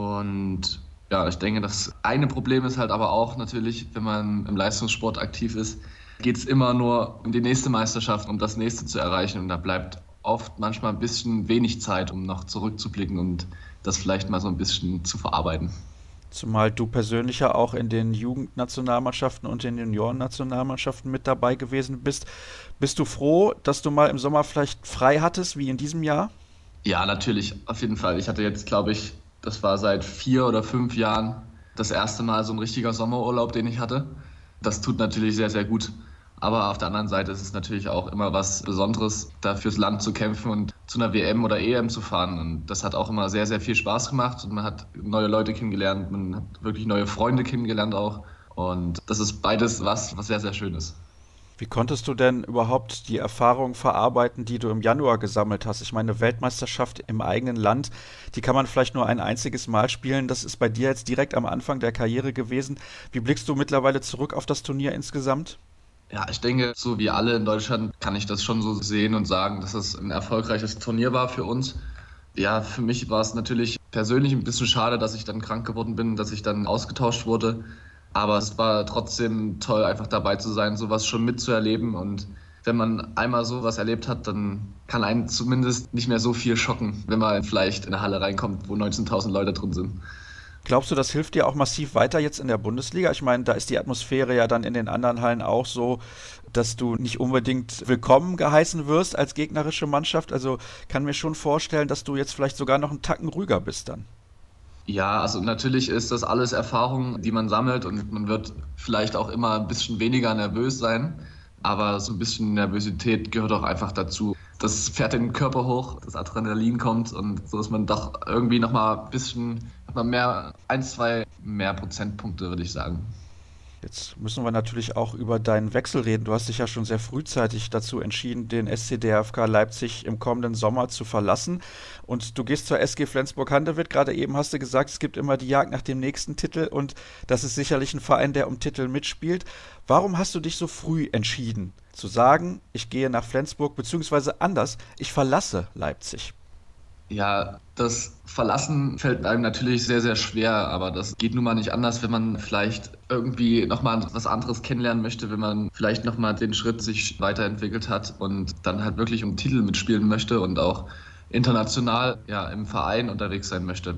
D: Und ja, ich denke, das eine Problem ist halt aber auch natürlich, wenn man im Leistungssport aktiv ist, geht es immer nur um die nächste Meisterschaft, um das nächste zu erreichen. Und da bleibt oft manchmal ein bisschen wenig Zeit, um noch zurückzublicken und das vielleicht mal so ein bisschen zu verarbeiten.
A: Zumal du persönlich ja auch in den Jugendnationalmannschaften und den Juniorennationalmannschaften mit dabei gewesen bist. Bist du froh, dass du mal im Sommer vielleicht frei hattest, wie in diesem Jahr?
D: Ja, natürlich, auf jeden Fall. Ich hatte jetzt, glaube ich, das war seit vier oder fünf Jahren das erste Mal so ein richtiger Sommerurlaub, den ich hatte. Das tut natürlich sehr, sehr gut. Aber auf der anderen Seite ist es natürlich auch immer was Besonderes, da fürs Land zu kämpfen und zu einer W M oder E M zu fahren. Und das hat auch immer sehr, sehr viel Spaß gemacht und man hat neue Leute kennengelernt, man hat wirklich neue Freunde kennengelernt auch. Und das ist beides was, was sehr, sehr schön ist.
A: Wie konntest du denn überhaupt die Erfahrung verarbeiten, die du im Januar gesammelt hast? Ich meine, eine Weltmeisterschaft im eigenen Land, die kann man vielleicht nur ein einziges Mal spielen. Das ist bei dir jetzt direkt am Anfang der Karriere gewesen. Wie blickst du mittlerweile zurück auf das Turnier insgesamt?
D: Ja, ich denke, so wie alle in Deutschland kann ich das schon so sehen und sagen, dass es ein erfolgreiches Turnier war für uns. Ja, für mich war es natürlich persönlich ein bisschen schade, dass ich dann krank geworden bin, dass ich dann ausgetauscht wurde. Aber es war trotzdem toll, einfach dabei zu sein, sowas schon mitzuerleben. Und wenn man einmal sowas erlebt hat, dann kann einen zumindest nicht mehr so viel schocken, wenn man vielleicht in eine Halle reinkommt, wo neunzehntausend Leute drin sind.
A: Glaubst du, das hilft dir auch massiv weiter jetzt in der Bundesliga? Ich meine, da ist die Atmosphäre ja dann in den anderen Hallen auch so, dass du nicht unbedingt willkommen geheißen wirst als gegnerische Mannschaft. Also kann mir schon vorstellen, dass du jetzt vielleicht sogar noch einen Tacken ruhiger bist dann.
D: Ja, also natürlich ist das alles Erfahrung, die man sammelt und man wird vielleicht auch immer ein bisschen weniger nervös sein. Aber so ein bisschen Nervosität gehört auch einfach dazu. Das fährt den Körper hoch, das Adrenalin kommt und so ist man doch irgendwie nochmal ein bisschen, hat man mehr, ein, zwei mehr Prozentpunkte, würde ich sagen.
A: Jetzt müssen wir natürlich auch über deinen Wechsel reden. Du hast dich ja schon sehr frühzeitig dazu entschieden, den S C D F K Leipzig im kommenden Sommer zu verlassen. Und du gehst zur S G Flensburg-Handewitt. Gerade eben hast du gesagt, es gibt immer die Jagd nach dem nächsten Titel und das ist sicherlich ein Verein, der um Titel mitspielt. Warum hast du dich so früh entschieden, zu sagen, ich gehe nach Flensburg, beziehungsweise anders, ich verlasse Leipzig?
D: Ja, das Verlassen fällt einem natürlich sehr, sehr schwer, aber das geht nun mal nicht anders, wenn man vielleicht irgendwie nochmal was anderes kennenlernen möchte, wenn man vielleicht nochmal den Schritt sich weiterentwickelt hat und dann halt wirklich um Titel mitspielen möchte und auch international ja, im Verein unterwegs sein möchte.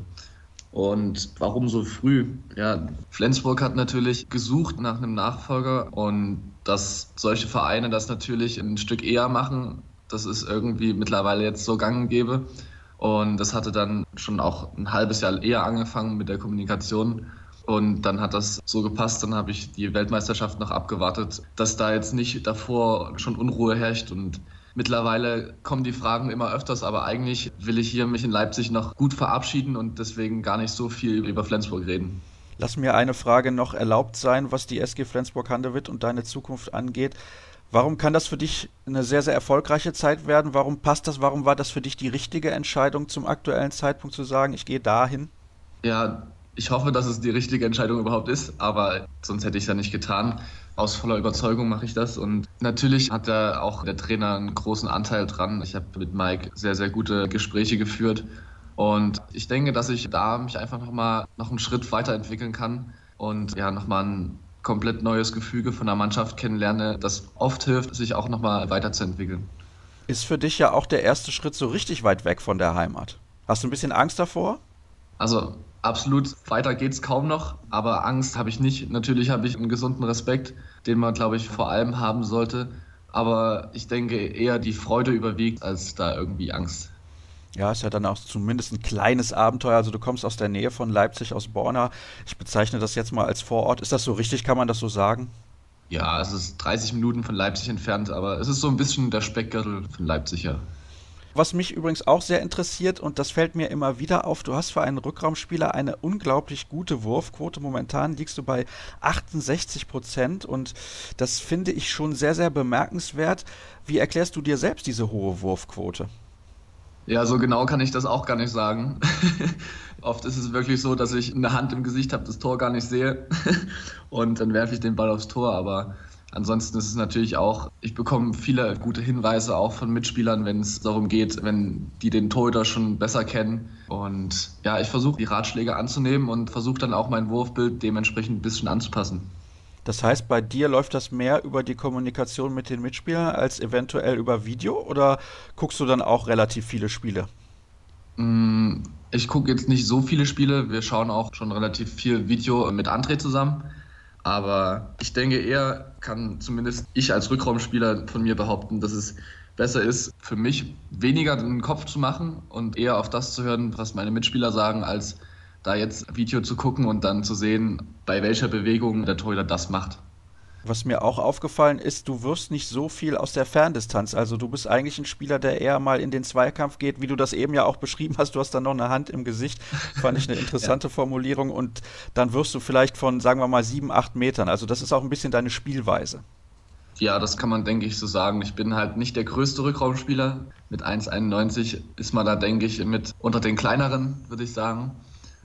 D: Und warum so früh? Ja, Flensburg hat natürlich gesucht nach einem Nachfolger und dass solche Vereine das natürlich ein Stück eher machen, das ist irgendwie mittlerweile jetzt so gang und gäbe. Und das hatte dann schon auch ein halbes Jahr eher angefangen mit der Kommunikation. Und dann hat das so gepasst, dann habe ich die Weltmeisterschaft noch abgewartet, dass da jetzt nicht davor schon Unruhe herrscht. Und mittlerweile kommen die Fragen immer öfters, aber eigentlich will ich hier mich in Leipzig noch gut verabschieden und deswegen gar nicht so viel über Flensburg reden.
A: Lass mir eine Frage noch erlaubt sein, was die S G Flensburg-Handewitt und deine Zukunft angeht. Warum kann das für dich eine sehr, sehr erfolgreiche Zeit werden? Warum passt das? Warum war das für dich die richtige Entscheidung zum aktuellen Zeitpunkt zu sagen, ich gehe dahin?
D: Ja, ich hoffe, dass es die richtige Entscheidung überhaupt ist, aber sonst hätte ich es ja nicht getan. Aus voller Überzeugung mache ich das und natürlich hat da auch der Trainer einen großen Anteil dran. Ich habe mit Mike sehr, sehr gute Gespräche geführt und ich denke, dass ich da mich einfach nochmal noch einen Schritt weiterentwickeln kann und ja, nochmal ein komplett neues Gefüge von der Mannschaft kennenlerne, das oft hilft, sich auch nochmal weiterzuentwickeln.
A: Ist für dich ja auch der erste Schritt so richtig weit weg von der Heimat. Hast du ein bisschen Angst davor?
D: Also absolut, weiter geht's kaum noch, aber Angst habe ich nicht. Natürlich habe ich einen gesunden Respekt, den man, glaube ich, vor allem haben sollte. Aber ich denke, eher die Freude überwiegt, als da irgendwie Angst.
A: Ja, ist ja dann auch zumindest ein kleines Abenteuer. Also du kommst aus der Nähe von Leipzig, aus Borna. Ich bezeichne das jetzt mal als Vorort. Ist das so richtig? Kann man das so sagen?
D: Ja, es ist dreißig Minuten von Leipzig entfernt, aber es ist so ein bisschen der Speckgürtel von Leipzig, ja.
A: Was mich übrigens auch sehr interessiert, und das fällt mir immer wieder auf, du hast für einen Rückraumspieler eine unglaublich gute Wurfquote. Momentan liegst du bei achtundsechzig Prozent und das finde ich schon sehr, sehr bemerkenswert. Wie erklärst du dir selbst diese hohe Wurfquote?
D: Ja, so genau kann ich das auch gar nicht sagen. Oft ist es wirklich so, dass ich eine Hand im Gesicht habe, das Tor gar nicht sehe und dann werfe ich den Ball aufs Tor, aber ansonsten ist es natürlich auch, ich bekomme viele gute Hinweise auch von Mitspielern, wenn es darum geht, wenn die den Torhüter schon besser kennen. Und ja, ich versuche die Ratschläge anzunehmen und versuche dann auch mein Wurfbild dementsprechend ein bisschen anzupassen.
A: Das heißt, bei dir läuft das mehr über die Kommunikation mit den Mitspielern als eventuell über Video oder guckst du dann auch relativ viele Spiele?
D: Ich gucke jetzt nicht so viele Spiele, wir schauen auch schon relativ viel Video mit André zusammen. Aber ich denke eher, kann zumindest ich als Rückraumspieler von mir behaupten, dass es besser ist, für mich weniger den Kopf zu machen und eher auf das zu hören, was meine Mitspieler sagen, als da jetzt Video zu gucken und dann zu sehen, bei welcher Bewegung der Torhüter das macht.
A: Was mir auch aufgefallen ist, du wirfst nicht so viel aus der Ferndistanz. Also du bist eigentlich ein Spieler, der eher mal in den Zweikampf geht, wie du das eben ja auch beschrieben hast. Du hast dann noch eine Hand im Gesicht. Fand ich eine interessante ja. Formulierung. Und dann wirfst du vielleicht von, sagen wir mal, sieben, acht Metern. Also das ist auch ein bisschen deine Spielweise.
D: Ja, das kann man, denke ich, so sagen. Ich bin halt nicht der größte Rückraumspieler. Mit eins Komma einundneunzig ist man da, denke ich, mit unter den kleineren, würde ich sagen.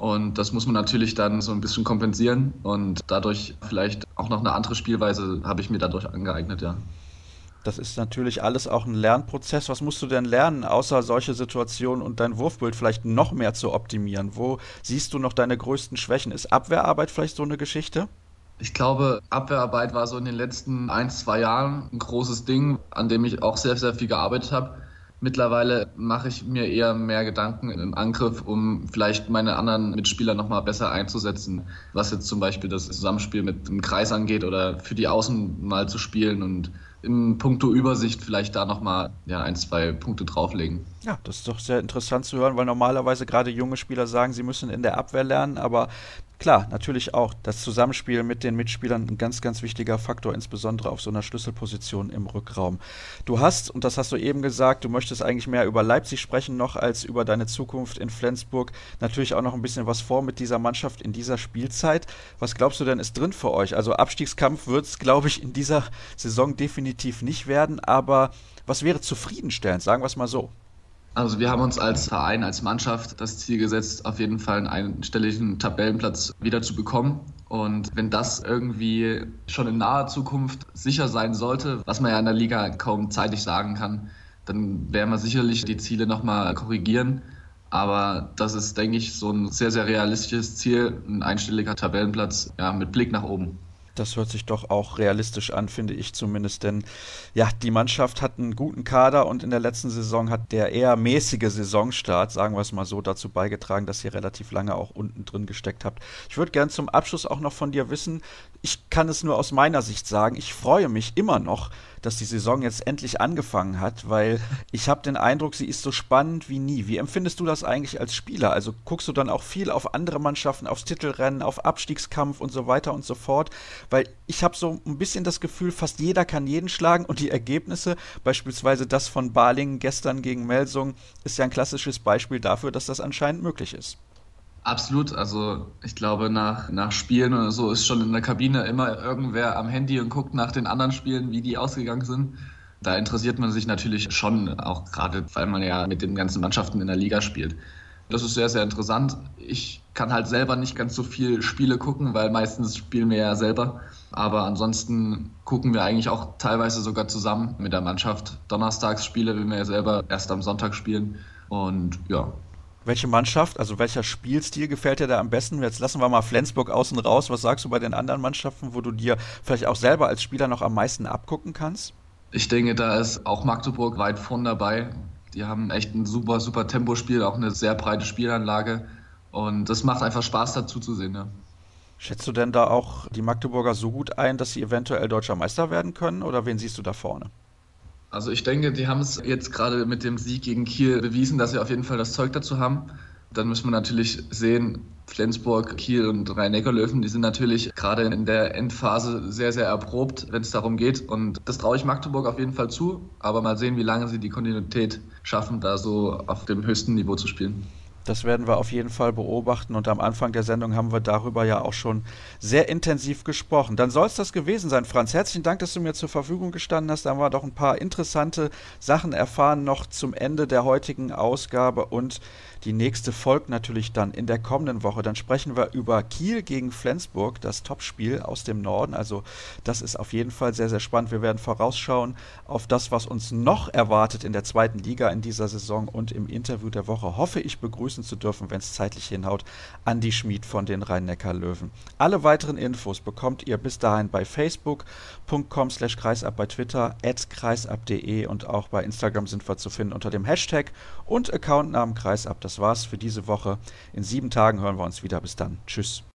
D: Und das muss man natürlich dann so ein bisschen kompensieren und dadurch vielleicht auch noch eine andere Spielweise habe ich mir dadurch angeeignet, ja.
A: Das ist natürlich alles auch ein Lernprozess. Was musst du denn lernen, außer solche Situationen und dein Wurfbild vielleicht noch mehr zu optimieren? Wo siehst du noch deine größten Schwächen? Ist Abwehrarbeit vielleicht so eine Geschichte?
D: Ich glaube, Abwehrarbeit war so in den letzten ein, zwei Jahren ein großes Ding, an dem ich auch sehr, sehr viel gearbeitet habe. Mittlerweile mache ich mir eher mehr Gedanken im Angriff, um vielleicht meine anderen Mitspieler nochmal besser einzusetzen, was jetzt zum Beispiel das Zusammenspiel mit dem Kreis angeht oder für die Außen mal zu spielen und im Punkto Übersicht vielleicht da nochmal ja, ein, zwei Punkte drauflegen.
A: Ja, das ist doch sehr interessant zu hören, weil normalerweise gerade junge Spieler sagen, sie müssen in der Abwehr lernen, aber klar, natürlich auch das Zusammenspiel mit den Mitspielern ein ganz, ganz wichtiger Faktor, insbesondere auf so einer Schlüsselposition im Rückraum. Du hast, und das hast du eben gesagt, du möchtest eigentlich mehr über Leipzig sprechen noch als über deine Zukunft in Flensburg. Natürlich auch noch ein bisschen was vor mit dieser Mannschaft in dieser Spielzeit. Was glaubst du denn ist drin für euch? Also Abstiegskampf wird es, glaube ich, in dieser Saison definitiv nicht werden, aber was wäre zufriedenstellend, sagen wir es mal so?
D: Also wir haben uns als Verein, als Mannschaft das Ziel gesetzt, auf jeden Fall einen einstelligen Tabellenplatz wieder zu bekommen. Und wenn das irgendwie schon in naher Zukunft sicher sein sollte, was man ja in der Liga kaum zeitig sagen kann, dann werden wir sicherlich die Ziele nochmal korrigieren. Aber das ist, denke ich, so ein sehr, sehr realistisches Ziel, ein einstelliger Tabellenplatz, ja, mit Blick nach oben.
A: Das hört sich doch auch realistisch an, finde ich zumindest, denn ja, die Mannschaft hat einen guten Kader und in der letzten Saison hat der eher mäßige Saisonstart, sagen wir es mal so, dazu beigetragen, dass ihr relativ lange auch unten drin gesteckt habt. Ich würde gern zum Abschluss auch noch von dir wissen, ich kann es nur aus meiner Sicht sagen, ich freue mich immer noch, dass die Saison jetzt endlich angefangen hat, weil ich habe den Eindruck, sie ist so spannend wie nie. Wie empfindest du das eigentlich als Spieler? Also guckst du dann auch viel auf andere Mannschaften, aufs Titelrennen, auf Abstiegskampf und so weiter und so fort? Weil ich habe so ein bisschen das Gefühl, fast jeder kann jeden schlagen und die Ergebnisse, beispielsweise das von Balingen gestern gegen Melsung, ist ja ein klassisches Beispiel dafür, dass das anscheinend möglich ist.
D: Absolut, also ich glaube nach, nach Spielen oder so ist schon in der Kabine immer irgendwer am Handy und guckt nach den anderen Spielen, wie die ausgegangen sind. Da interessiert man sich natürlich schon, auch gerade weil man ja mit den ganzen Mannschaften in der Liga spielt. Das ist sehr, sehr interessant. Ich kann halt selber nicht ganz so viel Spiele gucken, weil meistens spielen wir ja selber. Aber ansonsten gucken wir eigentlich auch teilweise sogar zusammen mit der Mannschaft. Donnerstagsspiele, wenn wir ja selber erst am Sonntag spielen. Und ja.
A: Welche Mannschaft, also welcher Spielstil gefällt dir da am besten? Jetzt lassen wir mal Flensburg außen raus. Was sagst du bei den anderen Mannschaften, wo du dir vielleicht auch selber als Spieler noch am meisten abgucken kannst?
D: Ich denke, da ist auch Magdeburg weit vorn dabei. Die haben echt ein super, super Tempospiel, auch eine sehr breite Spielanlage. Und das macht einfach Spaß, dazu zu sehen. Ja.
A: Schätzt du denn da auch die Magdeburger so gut ein, dass sie eventuell deutscher Meister werden können? Oder wen siehst du da vorne?
D: Also ich denke, die haben es jetzt gerade mit dem Sieg gegen Kiel bewiesen, dass sie auf jeden Fall das Zeug dazu haben. Dann müssen wir natürlich sehen, Flensburg, Kiel und Rhein-Neckar-Löwen, die sind natürlich gerade in der Endphase sehr, sehr erprobt, wenn es darum geht. Und das traue ich Magdeburg auf jeden Fall zu. Aber mal sehen, wie lange sie die Kontinuität schaffen, da so auf dem höchsten Niveau zu spielen.
A: Das werden wir auf jeden Fall beobachten und am Anfang der Sendung haben wir darüber ja auch schon sehr intensiv gesprochen. Dann soll es das gewesen sein, Franz. Herzlichen Dank, dass du mir zur Verfügung gestanden hast. Da haben wir doch ein paar interessante Sachen erfahren noch zum Ende der heutigen Ausgabe und die nächste folgt natürlich dann in der kommenden Woche. Dann sprechen wir über Kiel gegen Flensburg, das Topspiel aus dem Norden. Also das ist auf jeden Fall sehr, sehr spannend. Wir werden vorausschauen auf das, was uns noch erwartet in der zweiten Liga in dieser Saison und im Interview der Woche hoffe ich begrüßen zu dürfen, wenn es zeitlich hinhaut, Andi Schmid von den Rhein-Neckar-Löwen. Alle weiteren Infos bekommt ihr bis dahin bei facebook punkt com slash kreisab, bei Twitter at kreisab punkt de und auch bei Instagram sind wir zu finden unter dem Hashtag und Accountnamen kreisab. Das war's für diese Woche. In sieben Tagen hören wir uns wieder. Bis dann. Tschüss.